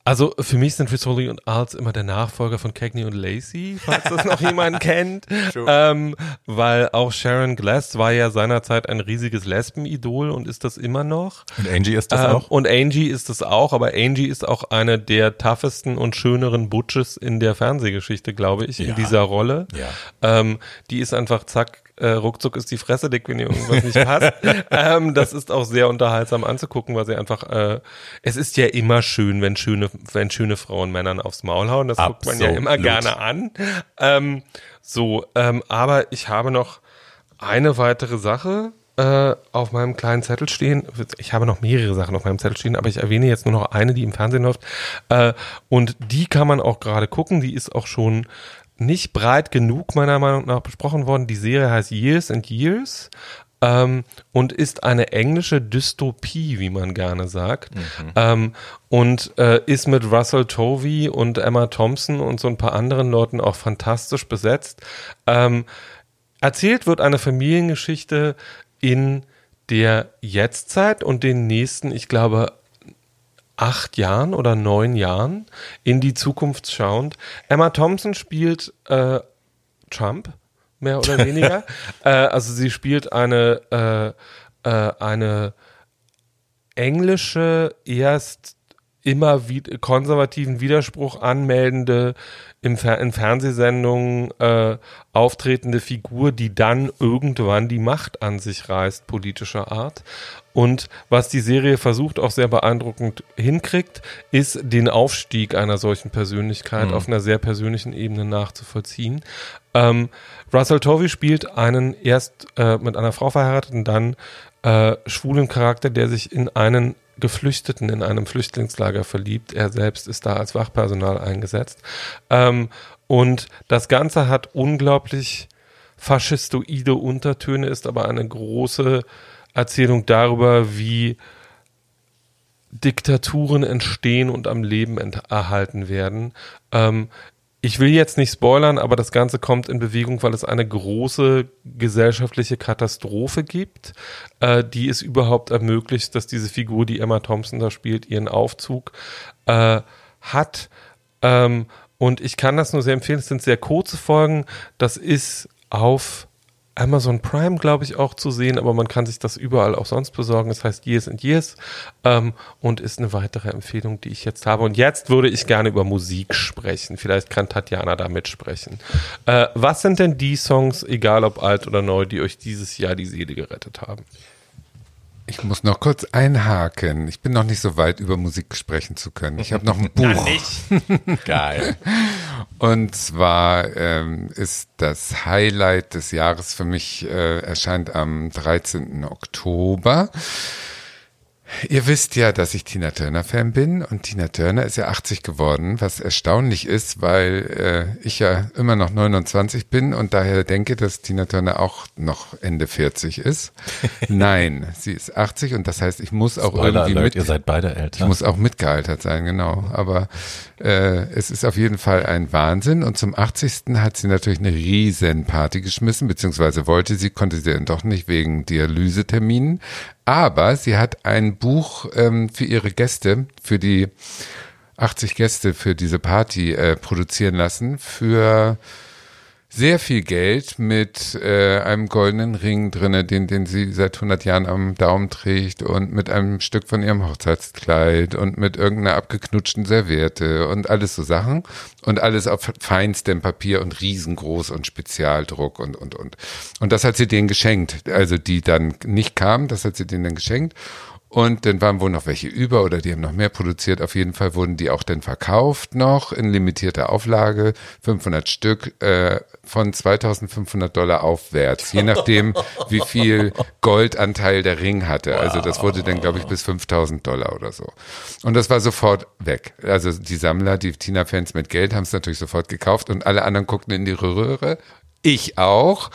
Also für mich sind Rizzoli und Arlt immer der Nachfolger von Cagney und Lacey, falls das noch jemand kennt. Ähm, weil auch Sharon Glass war ja seinerzeit ein riesiges Lesbenidol und ist das immer noch. Und Angie ist das ähm, auch? Und Angie ist das auch, aber Angie ist auch eine der toughesten und schöneren Butches in der Fernsehgeschichte, glaube ich, Ja. in dieser Rolle. Ja. Ähm, die ist einfach zack, äh, ruckzuck ist die Fresse dick, wenn ihr irgendwas nicht passt. ähm, das ist auch sehr unterhaltsam anzugucken, weil sie einfach, äh, es ist ja immer schön, wenn schöne, wenn schöne Frauen Männern aufs Maul hauen. Das guckt man ja immer Absolut. gerne an. Ähm, so, ähm, aber ich habe noch eine weitere Sache äh, auf meinem kleinen Zettel stehen. Ich habe noch mehrere Sachen auf meinem Zettel stehen, aber ich erwähne jetzt nur noch eine, die im Fernsehen läuft. Äh, und die kann man auch gerade gucken. Die ist auch schon nicht breit genug, meiner Meinung nach, besprochen worden. Die Serie heißt Years and Years ähm, und ist eine englische Dystopie, wie man gerne sagt. Mhm. Ähm, und äh, ist mit Russell Tovey und Emma Thompson und so ein paar anderen Leuten auch fantastisch besetzt. Ähm, erzählt wird eine Familiengeschichte in der Jetztzeit und den nächsten, ich glaube, acht Jahren oder neun Jahren in die Zukunft schauend. Emma Thompson spielt äh, Trump, mehr oder weniger. äh, also sie spielt eine, äh, äh, eine englische, erst immer wie, konservativen Widerspruch anmeldende, im Fer- in Fernsehsendungen äh, auftretende Figur, die dann irgendwann die Macht an sich reißt, politischer Art. Und was die Serie versucht, auch sehr beeindruckend hinkriegt, ist den Aufstieg einer solchen Persönlichkeit mhm. auf einer sehr persönlichen Ebene nachzuvollziehen. Ähm, Russell Tovey spielt einen erst äh, mit einer Frau verheirateten, dann äh, schwulen Charakter, der sich in einen Geflüchteten in einem Flüchtlingslager verliebt. Er selbst ist da als Wachpersonal eingesetzt. Ähm, und das Ganze hat unglaublich faschistoide Untertöne, ist aber eine große Erzählung darüber, wie Diktaturen entstehen und am Leben ent- erhalten werden. Ähm, ich will jetzt nicht spoilern, aber das Ganze kommt in Bewegung, weil es eine große gesellschaftliche Katastrophe gibt, äh, die es überhaupt ermöglicht, dass diese Figur, die Emma Thompson da spielt, ihren Aufzug äh, hat. Ähm, und ich kann das nur sehr empfehlen. Es sind sehr kurze Folgen. Das ist auf Amazon Prime, glaube ich, auch zu sehen, aber man kann sich das überall auch sonst besorgen. Das heißt Years and Years ähm, und ist eine weitere Empfehlung, die ich jetzt habe. Und jetzt würde ich gerne über Musik sprechen. Vielleicht kann Tatjana da mitsprechen. Äh, was sind denn die Songs, egal ob alt oder neu, die euch dieses Jahr die Seele gerettet haben? Ich muss noch kurz einhaken. Ich bin noch nicht so weit, über Musik sprechen zu können. Ich habe noch ein Buch. Na nicht. Geil. Und zwar ähm, ist das Highlight des Jahres für mich, äh, erscheint am dreizehnten Oktober. Ihr wisst ja, dass ich Tina Turner-Fan bin und Tina Turner ist ja achtzig geworden, was erstaunlich ist, weil äh, ich ja immer noch neunundzwanzig bin und daher denke, dass Tina Turner auch noch Ende vierzig ist. Nein, sie ist achtzig und das heißt, ich muss auch Spoiler irgendwie Alert, mit... ihr seid beide älter. Ich muss auch mitgealtert sein, genau. Aber äh, es ist auf jeden Fall ein Wahnsinn und zum achtzigsten hat sie natürlich eine riesen Party geschmissen, beziehungsweise wollte sie, konnte sie dann doch nicht wegen Dialyseterminen. Aber sie hat ein Buch ähm, für ihre Gäste, für die achtzig Gäste für diese Party äh, produzieren lassen, für sehr viel Geld mit äh, einem goldenen Ring drinne, den, den sie seit hundert Jahren am Daumen trägt und mit einem Stück von ihrem Hochzeitskleid und mit irgendeiner abgeknutschten Serviette und alles so Sachen und alles auf feinstem Papier und riesengroß und Spezialdruck und, und, und. Und das hat sie denen geschenkt, also die dann nicht kamen, das hat sie denen dann geschenkt. Und dann waren wohl noch welche über oder die haben noch mehr produziert. Auf jeden Fall wurden die auch dann verkauft noch in limitierter Auflage, fünfhundert Stück äh, von zweitausendfünfhundert Dollar aufwärts, je nachdem, wie viel Goldanteil der Ring hatte. Also das wurde dann, glaube ich, bis fünftausend Dollar oder so. Und das war sofort weg. Also die Sammler, die Tina-Fans mit Geld haben es natürlich sofort gekauft und alle anderen guckten in die Röhre. Ich auch.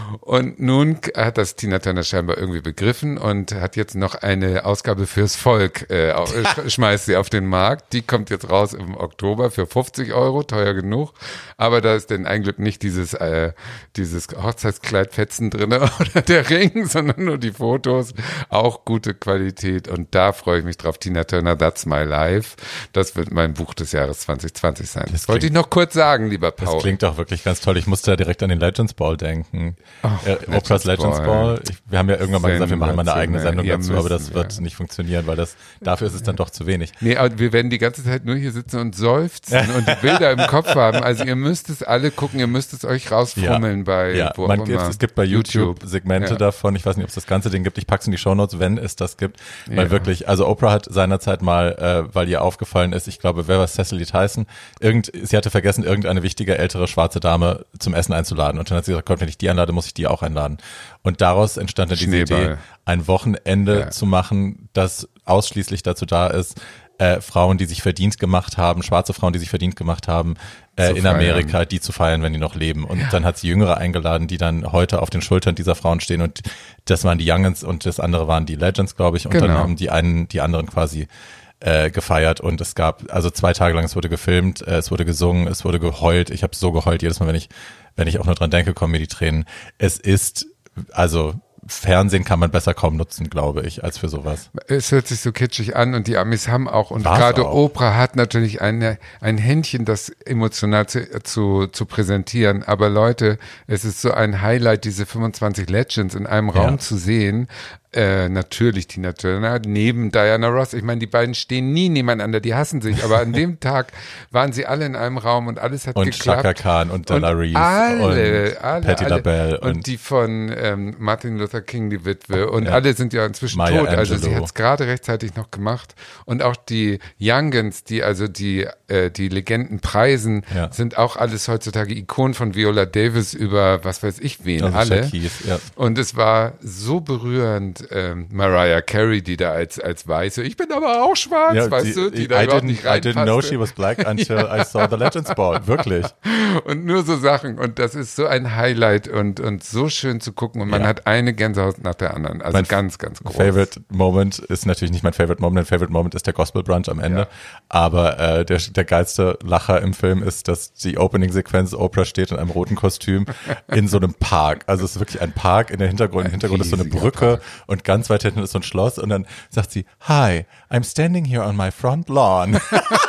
Und nun hat das Tina Turner scheinbar irgendwie begriffen und hat jetzt noch eine Ausgabe fürs Volk, äh, sch- schmeißt sie auf den Markt. Die kommt jetzt raus im Oktober für fünfzig Euro, teuer genug. Aber da ist denn ein Glück nicht dieses, äh, dieses Hochzeitskleidfetzen drin oder der Ring, sondern nur die Fotos. Auch gute Qualität. Und da freue ich mich drauf. Tina Turner, That's My Life. Das wird mein Buch des Jahres zwanzig zwanzig sein. Das, das wollte ich noch kurz sagen, lieber Paul. Das klingt doch wirklich ganz toll. Ich musste ja direkt an den Legends Ball denken. Oh, äh, Oprah's Legends Ball. Ball. Ich, wir haben ja irgendwann mal gesagt, wir machen mal eine eigene Sendung ja, dazu, müssen, aber das wird ja. nicht funktionieren, weil das dafür ist es dann doch zu wenig. Nee, aber wir werden die ganze Zeit nur hier sitzen und seufzen und die Bilder im Kopf haben. Also ihr müsst es alle gucken, ihr müsst es euch rausfummeln ja. bei ja. wo Man auch gibt, immer. Es gibt bei YouTube, YouTube. Segmente ja. davon. Ich weiß nicht, ob es das ganze Ding gibt. Ich pack's in die Shownotes, wenn es das gibt. Weil ja. wirklich, also Oprah hat seinerzeit mal, äh, weil ihr aufgefallen ist, ich glaube, wer war Cecily Tyson? Irgend, sie hatte vergessen, irgendeine wichtige ältere schwarze Dame zum Essen einzuladen. Und dann hat sie gesagt, Gott, wenn ich die einlade, muss ich die auch einladen. Und daraus entstand dann diese Idee, ein Wochenende ja. zu machen, das ausschließlich dazu da ist, äh, Frauen, die sich verdient gemacht haben, schwarze Frauen, die sich verdient gemacht haben, äh, in Amerika, die zu feiern, wenn die noch leben. Und ja. dann hat sie Jüngere eingeladen, die dann heute auf den Schultern dieser Frauen stehen. Und das waren die Youngins und das andere waren die Legends, glaube ich. Und genau. dann haben die einen, die anderen quasi äh, gefeiert. Und es gab, also zwei Tage lang, es wurde gefilmt, äh, es wurde gesungen, es wurde geheult. Ich habe so geheult jedes Mal, wenn ich, wenn ich auch nur dran denke, kommen mir die Tränen. Es ist Also Fernsehen kann man besser kaum nutzen, glaube ich, als für sowas. Es hört sich so kitschig an und die Amis haben auch, und War's gerade auch. Oprah hat natürlich eine, ein Händchen, das emotional zu, zu, zu präsentieren. Aber Leute, es ist so ein Highlight, diese fünfundzwanzig Legends in einem Raum ja. zu sehen. Äh, natürlich Tina Turner neben Diana Ross. Ich meine, die beiden stehen nie nebeneinander, die hassen sich, aber an dem Tag waren sie alle in einem Raum und alles hat und geklappt. Und Chaka Khan und Della Reese alle, und alle, Patti alle. LaBelle. Und, und die von ähm, Martin Luther King, die Witwe. Und ja. alle sind ja inzwischen Maya tot. Angelou. Also sie hat es gerade rechtzeitig noch gemacht. Und auch die Youngins, die also die, äh, die Legenden preisen, ja. sind auch alles heutzutage Ikonen von Viola Davis über was weiß ich wen, also alle. Shakis, ja. Und es war so berührend, ähm, Mariah Carey, die da als als Weiße, ich bin aber auch schwarz, ja, weißt die, du, die I da überhaupt didn't, nicht I reinpasste. didn't know she was black until ja. I saw the Legends Ball, wirklich. Und nur so Sachen und das ist so ein Highlight und und so schön zu gucken und man ja. hat eine Gänsehaut nach der anderen, also mein ganz, ganz groß. Favorite Moment ist natürlich nicht mein Favorite Moment, mein Favorite Moment ist der Gospel Brunch am Ende, ja. aber äh, der, der geilste Lacher im Film ist, dass die Opening-Sequenz, Oprah steht in einem roten Kostüm in so einem Park, also es ist wirklich ein Park, in der Hintergrund, im Hintergrund ist so eine Brücke Park. Und ganz weit hinten ist so ein Schloss und dann sagt sie, hi, I'm standing here on my front lawn.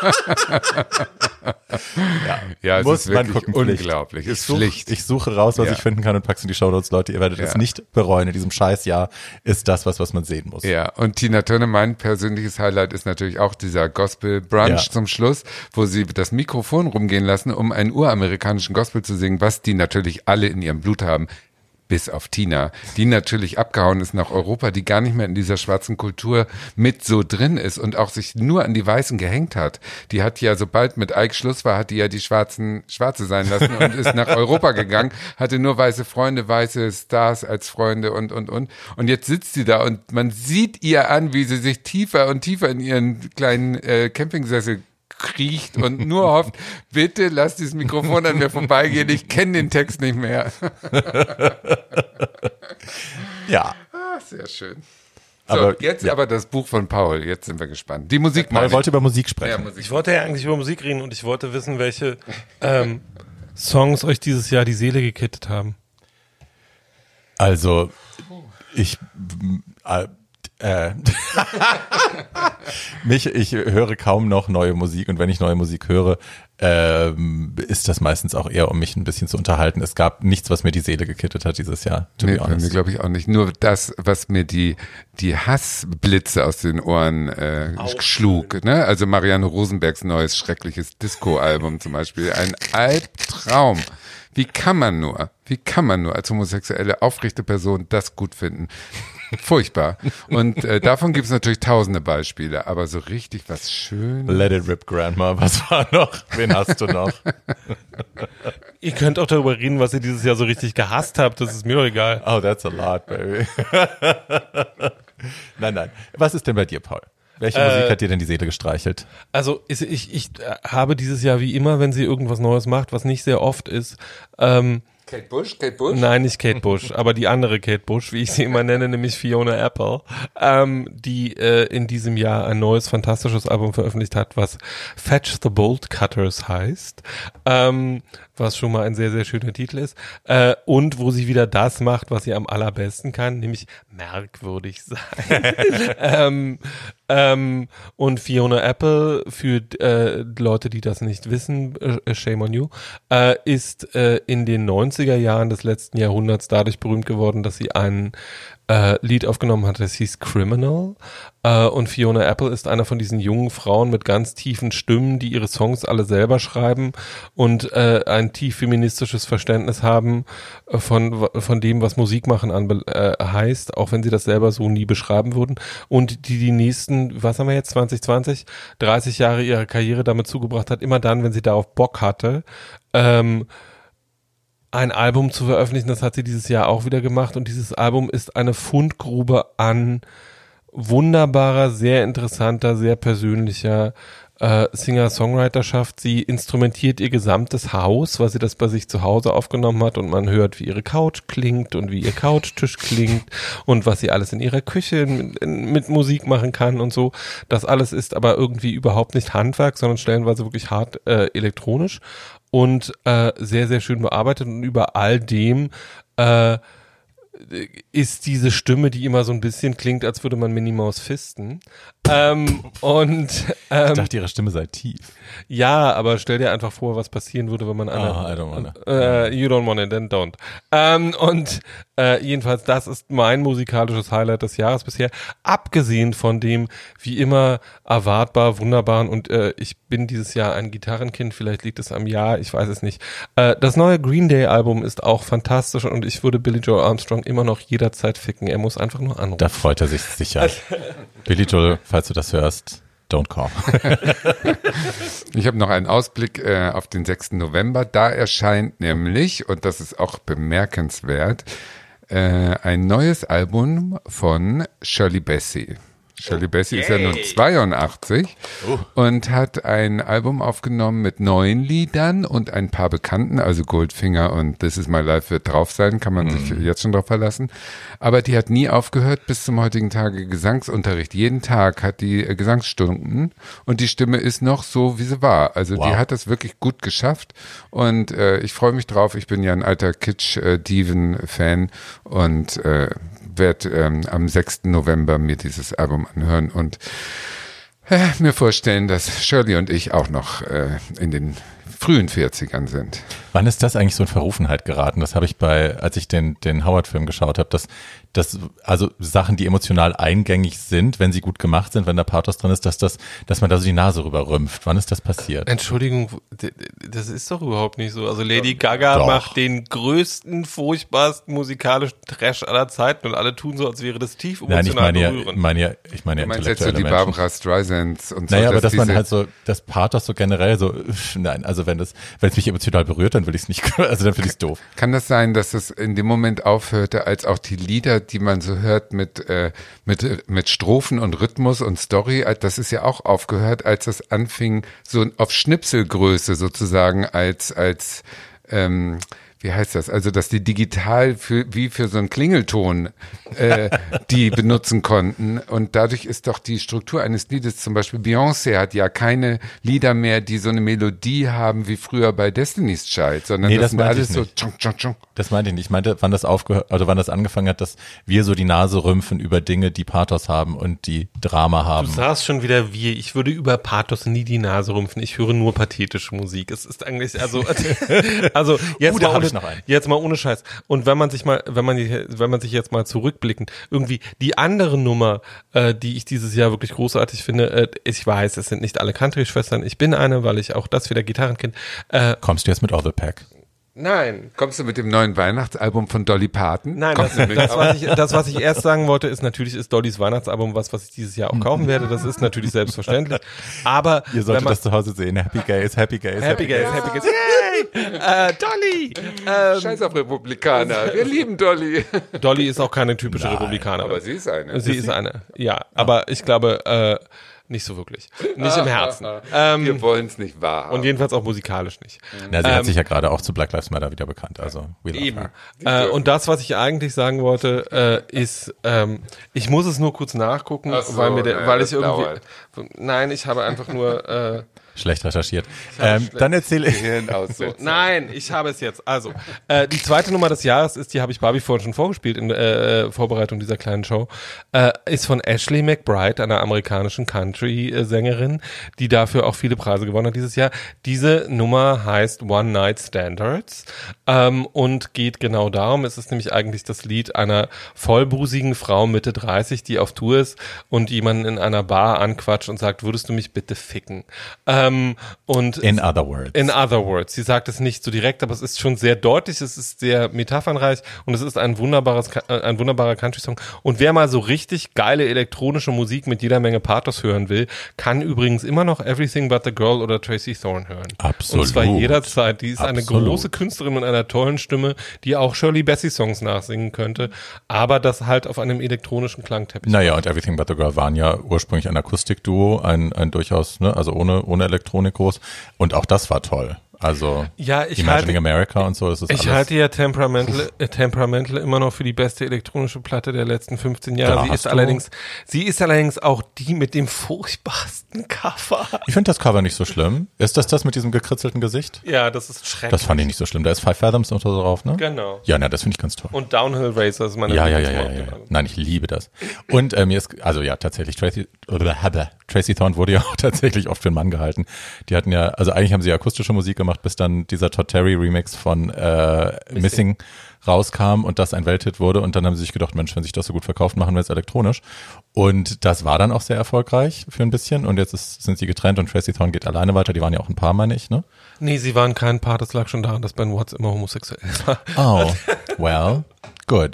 ja, ja, es muss ist man gucken, unglaublich. Ich, such, ich suche raus, was ja. ich finden kann und pack's in die Shownotes, Leute. Ihr werdet es ja. nicht bereuen. In diesem Scheißjahr ist das was, was man sehen muss. Ja, und Tina Turner, mein persönliches Highlight ist natürlich auch dieser Gospel Brunch ja. zum Schluss, wo sie das Mikrofon rumgehen lassen, um einen uramerikanischen Gospel zu singen, was die natürlich alle in ihrem Blut haben. Bis auf Tina, die natürlich abgehauen ist nach Europa, die gar nicht mehr in dieser schwarzen Kultur mit so drin ist und auch sich nur an die Weißen gehängt hat. Die hat ja, sobald mit Ike Schluss war, hat die ja die Schwarzen Schwarze sein lassen und ist nach Europa gegangen, hatte nur weiße Freunde, weiße Stars als Freunde und, und, und. Und jetzt sitzt sie da und man sieht ihr an, wie sie sich tiefer und tiefer in ihren kleinen äh, Campingsessel kriecht und nur hofft, bitte lass dieses Mikrofon an mir vorbeigehen, ich kenne den Text nicht mehr. Ja. Ah, sehr schön. So, aber, jetzt ja. aber das Buch von Paul, jetzt sind wir gespannt. Die Musik Paul wollte über Musik sprechen. Ja, Musik. Ich wollte ja eigentlich über Musik reden und ich wollte wissen, welche ähm, Songs euch dieses Jahr die Seele gekittet haben. Also, ich äh, Äh, mich, ich höre kaum noch neue Musik und wenn ich neue Musik höre, ähm, ist das meistens auch eher, um mich ein bisschen zu unterhalten. Es gab nichts, was mir die Seele gekittet hat dieses Jahr. Nee, bei mir glaube ich auch nicht. Nur das, was mir die die Hassblitze aus den Ohren äh, schlug. Ne? Also Marianne Rosenbergs neues schreckliches Disco-Album zum Beispiel. Ein Albtraum. Wie kann man nur, wie kann man nur als homosexuelle, aufrechte Person das gut finden? Furchtbar. Und äh, davon gibt es natürlich tausende Beispiele, aber so richtig was Schönes. Let it rip, Grandma. Was war noch? Wen hast du noch? Ihr könnt auch darüber reden, was ihr dieses Jahr so richtig gehasst habt. Das ist mir doch egal. Oh, that's a lot, baby. Nein, nein. Was ist denn bei dir, Paul? Welche äh, Musik hat dir denn die Seele gestreichelt? Also ich, ich, ich habe dieses Jahr wie immer, wenn sie irgendwas Neues macht, was nicht sehr oft ist, ähm, Kate Bush, Kate Bush? Nein, nicht Kate Bush, aber die andere Kate Bush, wie ich sie immer nenne, nämlich Fiona Apple, ähm, die äh, in diesem Jahr ein neues, fantastisches Album veröffentlicht hat, was Fetch the Bolt Cutters heißt, ähm, was schon mal ein sehr, sehr schöner Titel ist, äh, und wo sie wieder das macht, was sie am allerbesten kann, nämlich merkwürdig sein. ähm, ähm, und Fiona Apple, für äh, Leute, die das nicht wissen, äh, shame on you, äh, ist äh, in den neunziger Jahren des letzten Jahrhunderts dadurch berühmt geworden, dass sie ein äh, Lied aufgenommen hat, das hieß Criminal. Äh, und Fiona Apple ist einer von diesen jungen Frauen mit ganz tiefen Stimmen, die ihre Songs alle selber schreiben und äh, ein tief feministisches Verständnis haben äh, von von dem, was Musik machen anbe- äh, heißt, auch wenn sie das selber so nie beschreiben würden. Und die die nächsten, was haben wir jetzt, zwanzig zwanzig, dreißig Jahre ihrer Karriere damit zugebracht hat, immer dann, wenn sie darauf Bock hatte, ähm, ein Album zu veröffentlichen. Das hat sie dieses Jahr auch wieder gemacht und dieses Album ist eine Fundgrube an wunderbarer, sehr interessanter, sehr persönlicher äh, Singer-Songwriterschaft. Sie instrumentiert ihr gesamtes Haus, weil sie das bei sich zu Hause aufgenommen hat und man hört, wie ihre Couch klingt und wie ihr Couchtisch klingt und was sie alles in ihrer Küche mit, mit Musik machen kann und so. Das alles ist aber irgendwie überhaupt nicht Handwerk, sondern stellenweise wirklich hart äh, elektronisch und äh, sehr, sehr schön bearbeitet und über all dem äh, ist diese Stimme, die immer so ein bisschen klingt, als würde man Minnie Maus fisten. Ähm, und ähm, Ich dachte, ihre Stimme sei tief. ja, aber stell dir einfach vor, was passieren würde, wenn man eine Oh, I don't wanna. äh, you don't want it, then don't. Ähm, und äh, jedenfalls, das ist mein musikalisches Highlight des Jahres bisher, abgesehen von dem, wie immer, erwartbar, wunderbaren, und äh, ich bin dieses Jahr ein Gitarrenkind, vielleicht liegt es am Jahr, ich weiß es nicht. Äh, das neue Green Day Album ist auch fantastisch und ich würde Billy Joel Armstrong immer noch jederzeit ficken. Er muss einfach nur anrufen. Da freut er sich sicher. Billy Joel, falls du das hörst, don't call. Ich habe noch einen Ausblick äh, auf den sechsten November. Da erscheint nämlich, und das ist auch bemerkenswert, äh, ein neues Album von Shirley Bassey. Shirley Bassey ist ja nun zweiundachtzig oh. und hat ein Album aufgenommen mit neun Liedern und ein paar Bekannten, also Goldfinger und This Is My Life wird drauf sein, kann man mm. sich jetzt schon drauf verlassen. Aber die hat nie aufgehört bis zum heutigen Tage Gesangsunterricht. Jeden Tag hat die äh, Gesangsstunden und die Stimme ist noch so, wie sie war. Also wow. die hat das wirklich gut geschafft und äh, ich freue mich drauf. Ich bin ja ein alter Kitsch-Diven-Fan und äh, werde ähm, am sechsten November mir dieses Album anhören und äh, mir vorstellen, dass Shirley und ich auch noch äh, in den frühen vierzigern sind. Wann ist das eigentlich so in Verrufenheit geraten? Das habe ich bei, als ich den, den Howard-Film geschaut habe, dass, dass also Sachen, die emotional eingängig sind, wenn sie gut gemacht sind, wenn da Pathos drin ist, dass das, dass man da so die Nase rüber rümpft. Wann ist das passiert? Entschuldigung, das ist doch überhaupt nicht so. Also Lady Gaga doch. macht den größten, furchtbarsten musikalischen Trash aller Zeiten und alle tun so, als wäre das tief emotional Nein, ich meine ja, berührend. ich meine ja, ich meine ja du meinst jetzt so die Menschen. Barbara Streisands und so. Naja, aber dass diese, man halt so, das Pathos so generell so, nein, also wenn das, wenn es mich emotional berührt, dann will ich es nicht, also dann finde ich es doof. Kann das sein, dass es in dem Moment aufhörte, als auch die Lieder, die man so hört mit, äh, mit, mit Strophen und Rhythmus und Story, das ist ja auch aufgehört, als es anfing, so auf Schnipselgröße sozusagen als, als, ähm, wie heißt das? Also, dass die digital für, wie für so einen Klingelton äh, die benutzen konnten. Und dadurch ist doch die Struktur eines Liedes, zum Beispiel Beyoncé hat ja keine Lieder mehr, die so eine Melodie haben wie früher bei Destiny's Child, sondern nee, das, das sind alles so tschunk, tschunk, tschunk. Das meinte ich nicht. Ich meinte, wann das aufgehört, also wann das angefangen hat, dass wir so die Nase rümpfen über Dinge, die Pathos haben und die Drama haben. Du sagst schon wieder wir. Ich würde über Pathos nie die Nase rümpfen. Ich höre nur pathetische Musik. Es ist eigentlich, also, also jetzt uh, mal ohne, noch einen. Jetzt mal ohne Scheiß. Und wenn man sich mal, wenn man, wenn man sich jetzt mal zurückblickend, irgendwie die andere Nummer, äh, die ich dieses Jahr wirklich großartig finde, äh, ich weiß, es sind nicht alle Country-Schwestern, ich bin eine, weil ich auch das wieder Gitarrenkind. Äh, Kommst du jetzt mit All the Pack? Nein. Kommst du mit dem neuen Weihnachtsalbum von Dolly Parton? Nein, das, das, was ich, das, was ich erst sagen wollte, ist natürlich ist Dollys Weihnachtsalbum was, was ich dieses Jahr auch kaufen werde. Das ist natürlich selbstverständlich. Aber ihr solltet man, das zu Hause sehen. Happy Gays, Happy Gays, Happy, happy Gays, ja. Happy Gays. Yay! äh, Dolly! Ähm, Scheiß auf Republikaner. Wir lieben Dolly. Dolly ist auch keine typische Nein, Republikanerin. Aber sie ist eine. Sie ist ist sie? eine. Ja, aber ich glaube, äh, nicht so wirklich. Nicht im Herzen. Ähm, Wir wollen es nicht wahrhaben. und jedenfalls auch musikalisch nicht. Na, sie Ähm, hat sich ja gerade auch zu Black Lives Matter wieder bekannt, also we love Eben. her. Äh, und das, was ich eigentlich sagen wollte, äh, ist, ähm, ich muss es nur kurz nachgucken, Ach so, weil mir der, naja, weil das ich irgendwie, dauert. nein, ich habe einfach nur, äh, Schlecht recherchiert. Ähm, dann erzähle ich. Gehirn aussetzen. nein, ich habe es jetzt. Also, äh, die zweite Nummer des Jahres ist, die habe ich Barbie vorhin schon vorgespielt in äh, Vorbereitung dieser kleinen Show, äh, ist von Ashley McBryde, einer amerikanischen Country-Sängerin, die dafür auch viele Preise gewonnen hat dieses Jahr. Diese Nummer heißt One Night Standards ähm, und geht genau darum, es ist nämlich eigentlich das Lied einer vollbusigen Frau Mitte dreißig, die auf Tour ist und jemanden in einer Bar anquatscht und sagt, würdest du mich bitte ficken? Ähm, und In other words. In other words. Sie sagt es nicht so direkt, aber es ist schon sehr deutlich, es ist sehr metaphernreich und es ist ein wunderbares, äh, ein wunderbarer Country-Song. Und wer mal so richtig geile elektronische Musik mit jeder Menge Pathos hören will, kann übrigens immer noch Everything But the Girl oder Tracy Thorn hören. Absolut. Und zwar jederzeit. Die ist eine Absolut. große Künstlerin mit einer tollen Stimme, die auch Shirley Bassey Songs nachsingen könnte, aber das halt auf einem elektronischen Klangteppich. Naja, und Everything But the Girl waren ja ursprünglich ein Akustikduo, ein, ein durchaus, ne, also ohne, ohne Elektronik groß. Und auch das war toll. Also Ja, ich Imagining halte- America und so, das ist Ich alles. halte ja Temperamental, äh, Temperamental immer noch für die beste elektronische Platte der letzten fünfzehn Jahre. Da Sie hast ist du- allerdings, sie ist allerdings auch die mit dem furchtbarsten Cover. Ich finde das Cover nicht so schlimm. Ist das das mit diesem gekritzelten Gesicht? Ja, das ist schrecklich. Das fand ich nicht so schlimm. Da ist Five Fathoms und so drauf, ne? Genau. Ja, na, das finde ich ganz toll. Und Downhill Racer ist meine Ja, ja, ja, ja, Lieblingsmarke. ja, ja. Nein, ich liebe das. Und äh, mir ist, also ja, tatsächlich, Tracy, oder, Tracy Thorn wurde ja auch tatsächlich oft für einen Mann gehalten. Die hatten ja, also eigentlich haben sie akustische Musik gemacht, bis dann dieser Todd Terry Remix von äh, Missing. Missing rauskam und das ein Welthit wurde. Und dann haben sie sich gedacht, Mensch, wenn sich das so gut verkauft, machen wir es elektronisch. Und das war dann auch sehr erfolgreich für ein bisschen. Und jetzt ist, sind sie getrennt und Tracy Thorn geht alleine weiter. Die waren ja auch ein Paar, meine ich, ne? Nee, sie waren kein Paar, das lag schon daran, dass Ben Watts immer homosexuell war. Oh, well, good.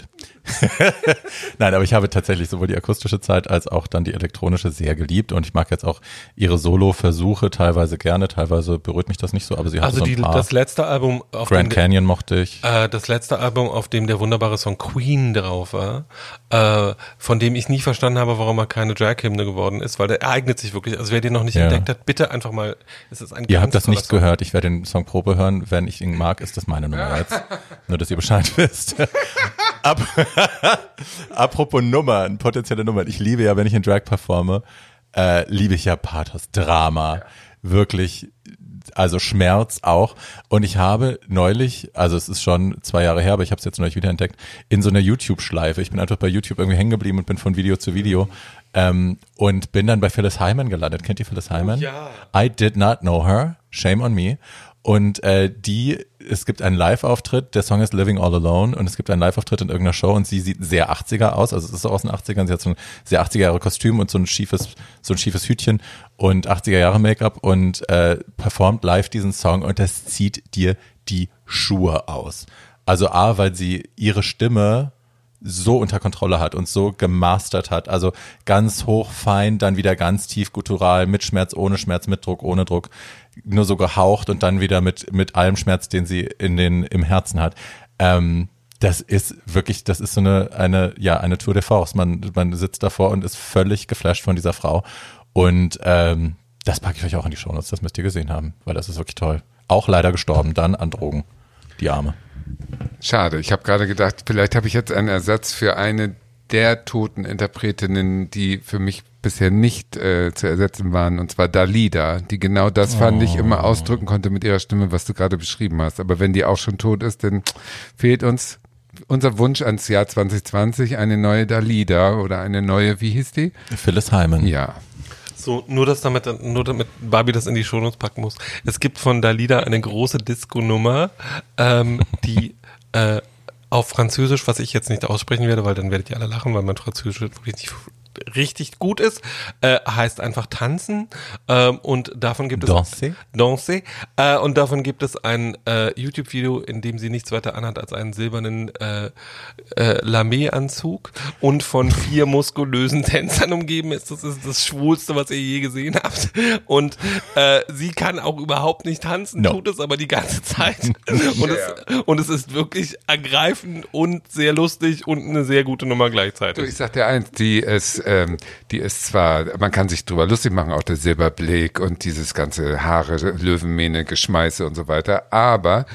Nein, aber ich habe tatsächlich sowohl die akustische Zeit als auch dann die elektronische sehr geliebt und ich mag jetzt auch ihre Solo-Versuche teilweise gerne, teilweise berührt mich das nicht so, aber sie hat Also so ein die, paar. das letzte Album, auf Grand dem, Canyon mochte ich. äh, das letzte Album, auf dem der wunderbare Song Queen drauf war, äh, von dem ich nie verstanden habe, warum er keine Drag-Hymne geworden ist, weil der eignet sich wirklich. Also wer den noch nicht Ja. entdeckt hat, bitte einfach mal. Es ist ein Ihr ganz habt das toller nicht Song. gehört, ich werde den Song Probe hören, wenn ich ihn mag, ist das meine Nummer jetzt. Nur, dass ihr Bescheid wisst. Ab, apropos Nummern, potenzielle Nummern. Ich liebe ja, wenn ich in Drag performe, äh, liebe ich ja Pathos, Drama, wirklich, also Schmerz auch. Und ich habe neulich, also es ist schon zwei Jahre her, aber ich habe es jetzt neulich wieder entdeckt, in so einer YouTube-Schleife. Ich bin einfach bei YouTube irgendwie hängen geblieben und bin von Video zu Video ähm, und bin dann bei Phyllis Hyman gelandet. Kennt ihr Phyllis Hyman? ja. I did not know her. Shame on me. Und äh, die, es gibt einen Live-Auftritt, der Song ist Living All Alone und es gibt einen Live-Auftritt in irgendeiner Show und sie sieht sehr achtziger aus, also es ist so aus den achtzigern, sie hat so ein sehr achtziger Jahre Kostüm und so ein schiefes, so ein schiefes Hütchen und achtziger Jahre Make-up und äh, performt live diesen Song und das zieht dir die Schuhe aus. Also A, weil sie ihre Stimme so unter Kontrolle hat und so gemastert hat. Also ganz hoch, fein, dann wieder ganz tief guttural, mit Schmerz, ohne Schmerz, mit Druck, ohne Druck, nur so gehaucht und dann wieder mit mit allem Schmerz, den sie in den im Herzen hat. Ähm, das ist wirklich, das ist so eine eine ja eine Tour de Force. Man man sitzt davor und ist völlig geflasht von dieser Frau. Und ähm, das packe ich euch auch in die Shownotes. Das müsst ihr gesehen haben, weil das ist wirklich toll. Auch leider gestorben, dann an Drogen, die Arme. Schade, ich habe gerade gedacht, vielleicht habe ich jetzt einen Ersatz für eine der toten Interpretinnen, die für mich bisher nicht äh, zu ersetzen waren, und zwar Dalida, die genau das, fand ich, immer ausdrücken konnte mit ihrer Stimme, was du gerade beschrieben hast. Aber wenn die auch schon tot ist, dann fehlt uns unser Wunsch ans Jahr zwanzig zwanzig, eine neue Dalida oder eine neue, wie hieß die? Phyllis Hyman. Ja. So, nur dass damit, nur damit Barbie das in die Shownotes packen muss. Es gibt von Dalida eine große Disco-Nummer, ähm, die äh, auf Französisch, was ich jetzt nicht aussprechen werde, weil dann werdet ihr alle lachen, weil mein Französisch wirklich nicht richtig gut ist, äh, heißt einfach tanzen ähm, und davon gibt es Danser? Danser äh, und davon gibt es ein äh, YouTube-Video, in dem sie nichts weiter anhat als einen silbernen äh, äh, Lamé-Anzug und von vier muskulösen Tänzern umgeben ist. Das ist das Schwulste, was ihr je gesehen habt. Und äh, sie kann auch überhaupt nicht tanzen, No. tut es aber die ganze Zeit. Und, Yeah. es, und es ist wirklich ergreifend und sehr lustig und eine sehr gute Nummer Du, gleichzeitig. ich sag dir eins, die es ähm, die ist zwar, man kann sich drüber lustig machen, auch der Silberblick und dieses ganze Haare, Löwenmähne, Geschmeiße und so weiter, aber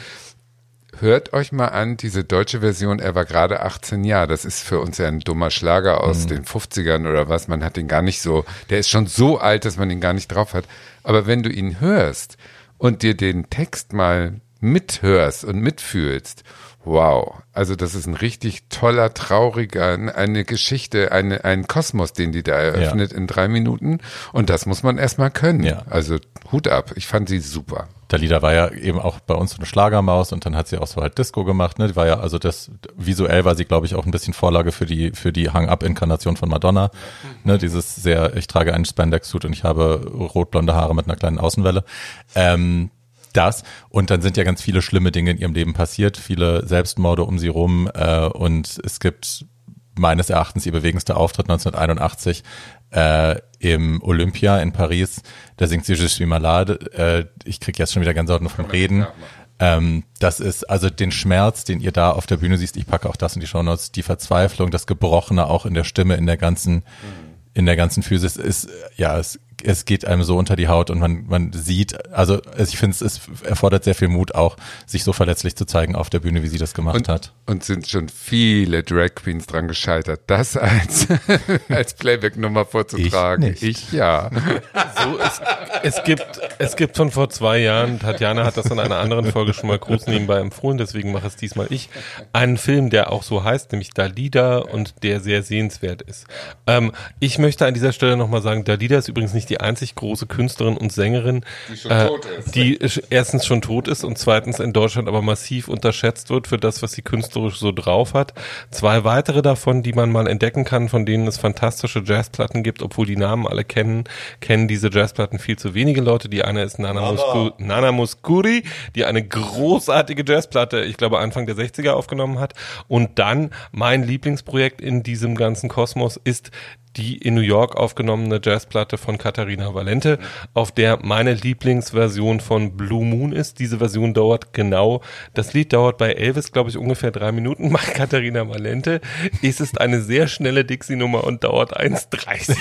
hört euch mal an, diese deutsche Version, er war gerade achtzehn Jahre, das ist für uns ja ein dummer Schlager aus mhm. den fünfzigern oder was, man hat den gar nicht so, der ist schon so alt, dass man ihn gar nicht drauf hat, aber wenn du ihn hörst und dir den Text mal mithörst und mitfühlst, wow, also das ist ein richtig toller, trauriger, eine Geschichte, eine, ein Kosmos, den die da eröffnet ja. in drei Minuten und das muss man erstmal können. Ja. Also Hut ab, ich fand sie super. Dalida war ja eben auch bei uns so eine Schlagermaus und dann hat sie auch so halt Disco gemacht, ne? Die war ja, also das, visuell war sie, glaube ich, auch ein bisschen Vorlage für die, für die Hang-Up-Inkarnation von Madonna, ne? Dieses sehr, ich trage einen Spandex-Suit und ich habe rotblonde Haare mit einer kleinen Außenwelle. Ähm, Das und dann sind ja ganz viele schlimme Dinge in ihrem Leben passiert, viele Selbstmorde um sie rum äh, und es gibt meines Erachtens ihr bewegendster Auftritt neunzehnhunderteinundachtzig äh, im Olympia in Paris, da singt sie Je suis malade, äh, ich krieg jetzt schon wieder Gänsehaut nur vom Reden. Ähm, das ist also den Schmerz, den ihr da auf der Bühne siehst, ich packe auch das in die Shownotes, die Verzweiflung, das Gebrochene auch in der Stimme, in der ganzen, mhm. in der ganzen Physis ist, ja, es es geht einem so unter die Haut und man man sieht, also ich finde es, es erfordert sehr viel Mut auch, sich so verletzlich zu zeigen auf der Bühne, wie sie das gemacht und, hat. Und sind schon viele Drag Queens dran gescheitert, das als, als Playback-Nummer vorzutragen. Ich, nicht. ich ja. So, es, es gibt es gibt von vor zwei Jahren, Tatjana hat das in einer anderen Folge schon mal kurz nebenbei empfohlen, deswegen mache es diesmal ich, einen Film, der auch so heißt, nämlich Dalida und der sehr sehenswert ist. Ähm, ich möchte an dieser Stelle nochmal sagen, Dalida ist übrigens nicht die einzig große Künstlerin und Sängerin, die schon äh, tot ist. die erstens schon tot ist und zweitens in Deutschland aber massiv unterschätzt wird für das, was sie künstlerisch so drauf hat. Zwei weitere davon, die man mal entdecken kann, von denen es fantastische Jazzplatten gibt, obwohl die Namen alle kennen, kennen diese Jazzplatten viel zu wenige Leute. Die eine ist Nana, Muscu- Nana Mouskouri, die eine großartige Jazzplatte, ich glaube Anfang der sechziger aufgenommen hat. Und dann mein Lieblingsprojekt in diesem ganzen Kosmos ist die in New York aufgenommene Jazzplatte von Katharina Valente, auf der meine Lieblingsversion von Blue Moon ist. Diese Version dauert genau, das Lied dauert bei Elvis, glaube ich, ungefähr drei Minuten. Bei Katharina Valente ist es eine sehr schnelle Dixie-Nummer und dauert eins dreißig.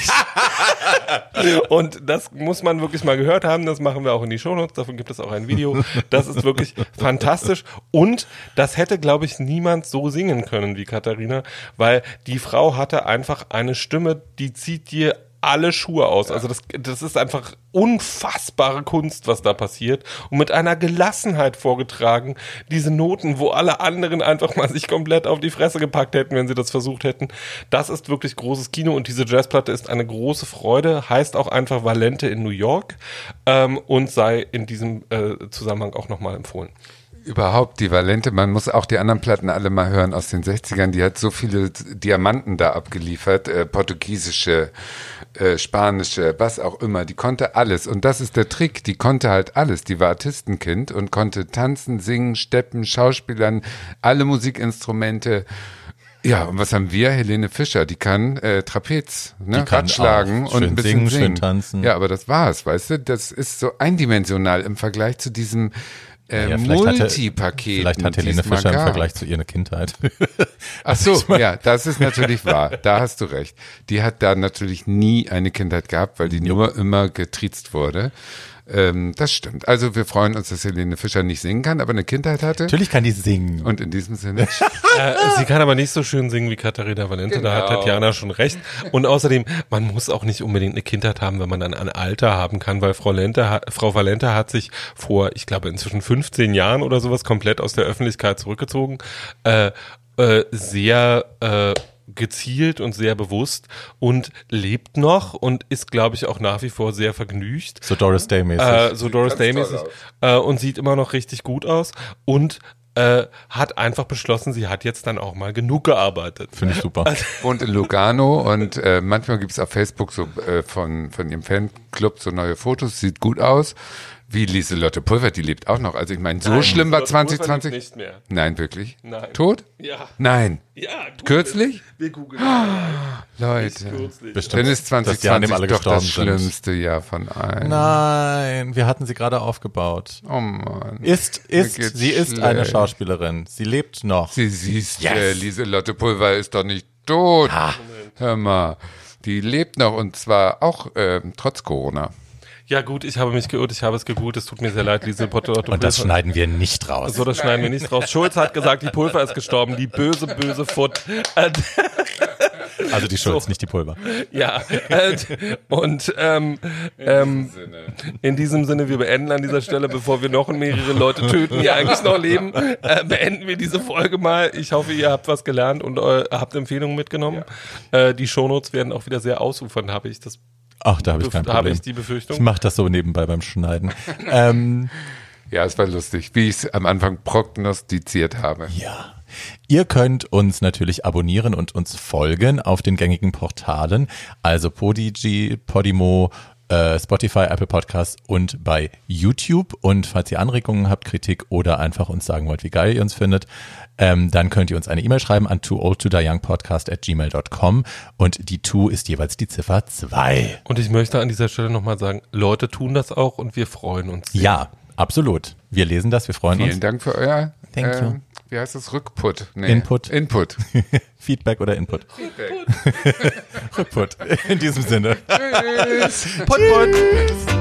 Und das muss man wirklich mal gehört haben, das machen wir auch in die Shownotes, davon gibt es auch ein Video. Das ist wirklich fantastisch und das hätte, glaube ich, niemand so singen können wie Katharina, weil die Frau hatte einfach eine Stimme, die zieht dir alle Schuhe aus. Also das, das ist einfach unfassbare Kunst, was da passiert. Und mit einer Gelassenheit vorgetragen, diese Noten, wo alle anderen einfach mal sich komplett auf die Fresse gepackt hätten, wenn sie das versucht hätten. Das ist wirklich großes Kino und diese Jazzplatte ist eine große Freude, heißt auch einfach Valente in New York ähm, und sei in diesem äh, Zusammenhang auch nochmal empfohlen. Überhaupt die Valente, man muss auch die anderen Platten alle mal hören aus den sechzigern, die hat so viele Diamanten da abgeliefert, äh, portugiesische, äh, spanische, was auch immer, die konnte alles und das ist der Trick, die konnte halt alles, die war Artistenkind und konnte tanzen, singen, steppen, Schauspielern, alle Musikinstrumente. Ja, und was haben wir? Helene Fischer, die kann äh, Trapez, ne, die kann Rad schlagen und ein bisschen singen, singen. schön tanzen. Ja, aber das war's, weißt du, das ist so eindimensional im Vergleich zu diesem Äh, ja, Multipaket. Vielleicht hat Helene Fischer im Vergleich zu ihr eine Kindheit. Ach so, ja, das ist natürlich wahr. Da hast du recht. Die hat da natürlich nie eine Kindheit gehabt, weil die nur immer getriezt wurde. Ähm, das stimmt. Also wir freuen uns, dass Helene Fischer nicht singen kann, aber eine Kindheit hatte. Natürlich kann die singen. Und in diesem Sinne. äh, sie kann aber nicht so schön singen wie Katharina Valente, genau. Da hat Tatjana schon recht. Und außerdem, man muss auch nicht unbedingt eine Kindheit haben, wenn man dann ein Alter haben kann, weil Frau, Lente, Frau Valente hat sich vor, ich glaube, inzwischen fünfzehn Jahren oder sowas komplett aus der Öffentlichkeit zurückgezogen. Äh, äh, sehr äh, gezielt und sehr bewusst und lebt noch und ist, glaube ich, auch nach wie vor sehr vergnügt. So Doris Day-mäßig. Äh, so Doris Day-mäßig. Äh, und sieht immer noch richtig gut aus und äh, hat einfach beschlossen, sie hat jetzt dann auch mal genug gearbeitet. Finde ich super. Wohnt in Lugano und äh, manchmal gibt es auf Facebook so äh, von, von ihrem Fanclub so neue Fotos, sieht gut aus. Wie Lieselotte Pulver, die lebt auch noch. Also ich meine, so Nein, schlimm war zwanzig zwanzig. Nicht mehr. Nein, wirklich? Nein. Tot? Ja. Nein. Ja. Kürzlich? Wir googeln. Ah, Leute. Bestimmt, dann ist zwanzig zwanzig alle doch das sind. schlimmste Jahr von allen. Nein, wir hatten sie gerade aufgebaut. Oh Mann. Ist, ist, sie schlecht. ist eine Schauspielerin. Sie lebt noch. Sie siehst, Yes. äh, Lieselotte Pulver ist doch nicht tot. Ah. Hör mal. Die lebt noch und zwar auch äh, trotz Corona. Ja gut, ich habe mich geirrt, ich habe es gegoogelt, es tut mir sehr leid, Lise Potter. Und das schneiden wir nicht raus. So, das schneiden wir nicht raus. Schulz hat gesagt, die Pulver ist gestorben, die böse, böse Foot. Also die Schulz, So. nicht die Pulver. Ja, und ähm, ähm, in diesem Sinne, wir beenden an dieser Stelle, bevor wir noch mehrere Leute töten, die eigentlich noch leben, äh, beenden wir diese Folge mal. Ich hoffe, ihr habt was gelernt und äh, habt Empfehlungen mitgenommen. Ja. Äh, die Shownotes werden auch wieder sehr ausufern, habe ich das Ach, da habe ich kein Problem. Habe ich die Befürchtung. Ich mache das so nebenbei beim Schneiden. ähm, ja, es war lustig, wie ich es am Anfang prognostiziert habe. Ja. Ihr könnt uns natürlich abonnieren und uns folgen auf den gängigen Portalen, also Podigy, Podimo, äh, Spotify, Apple Podcasts und bei YouTube. Und falls ihr Anregungen habt, Kritik oder einfach uns sagen wollt, wie geil ihr uns findet, ähm, dann könnt ihr uns eine E-Mail schreiben an too old to die young podcast at gmail dot com und die two ist jeweils die Ziffer zwei. Und ich möchte an dieser Stelle nochmal sagen, Leute tun das auch und wir freuen uns sehr. Ja, absolut. Wir lesen das, wir freuen Vielen uns. Vielen Dank für euer Thank äh, you. Wie heißt das? Rückput? Nee. Input. Input. Feedback oder Input? Feedback. Rückput. In diesem Sinne. Tschüss. Put, put.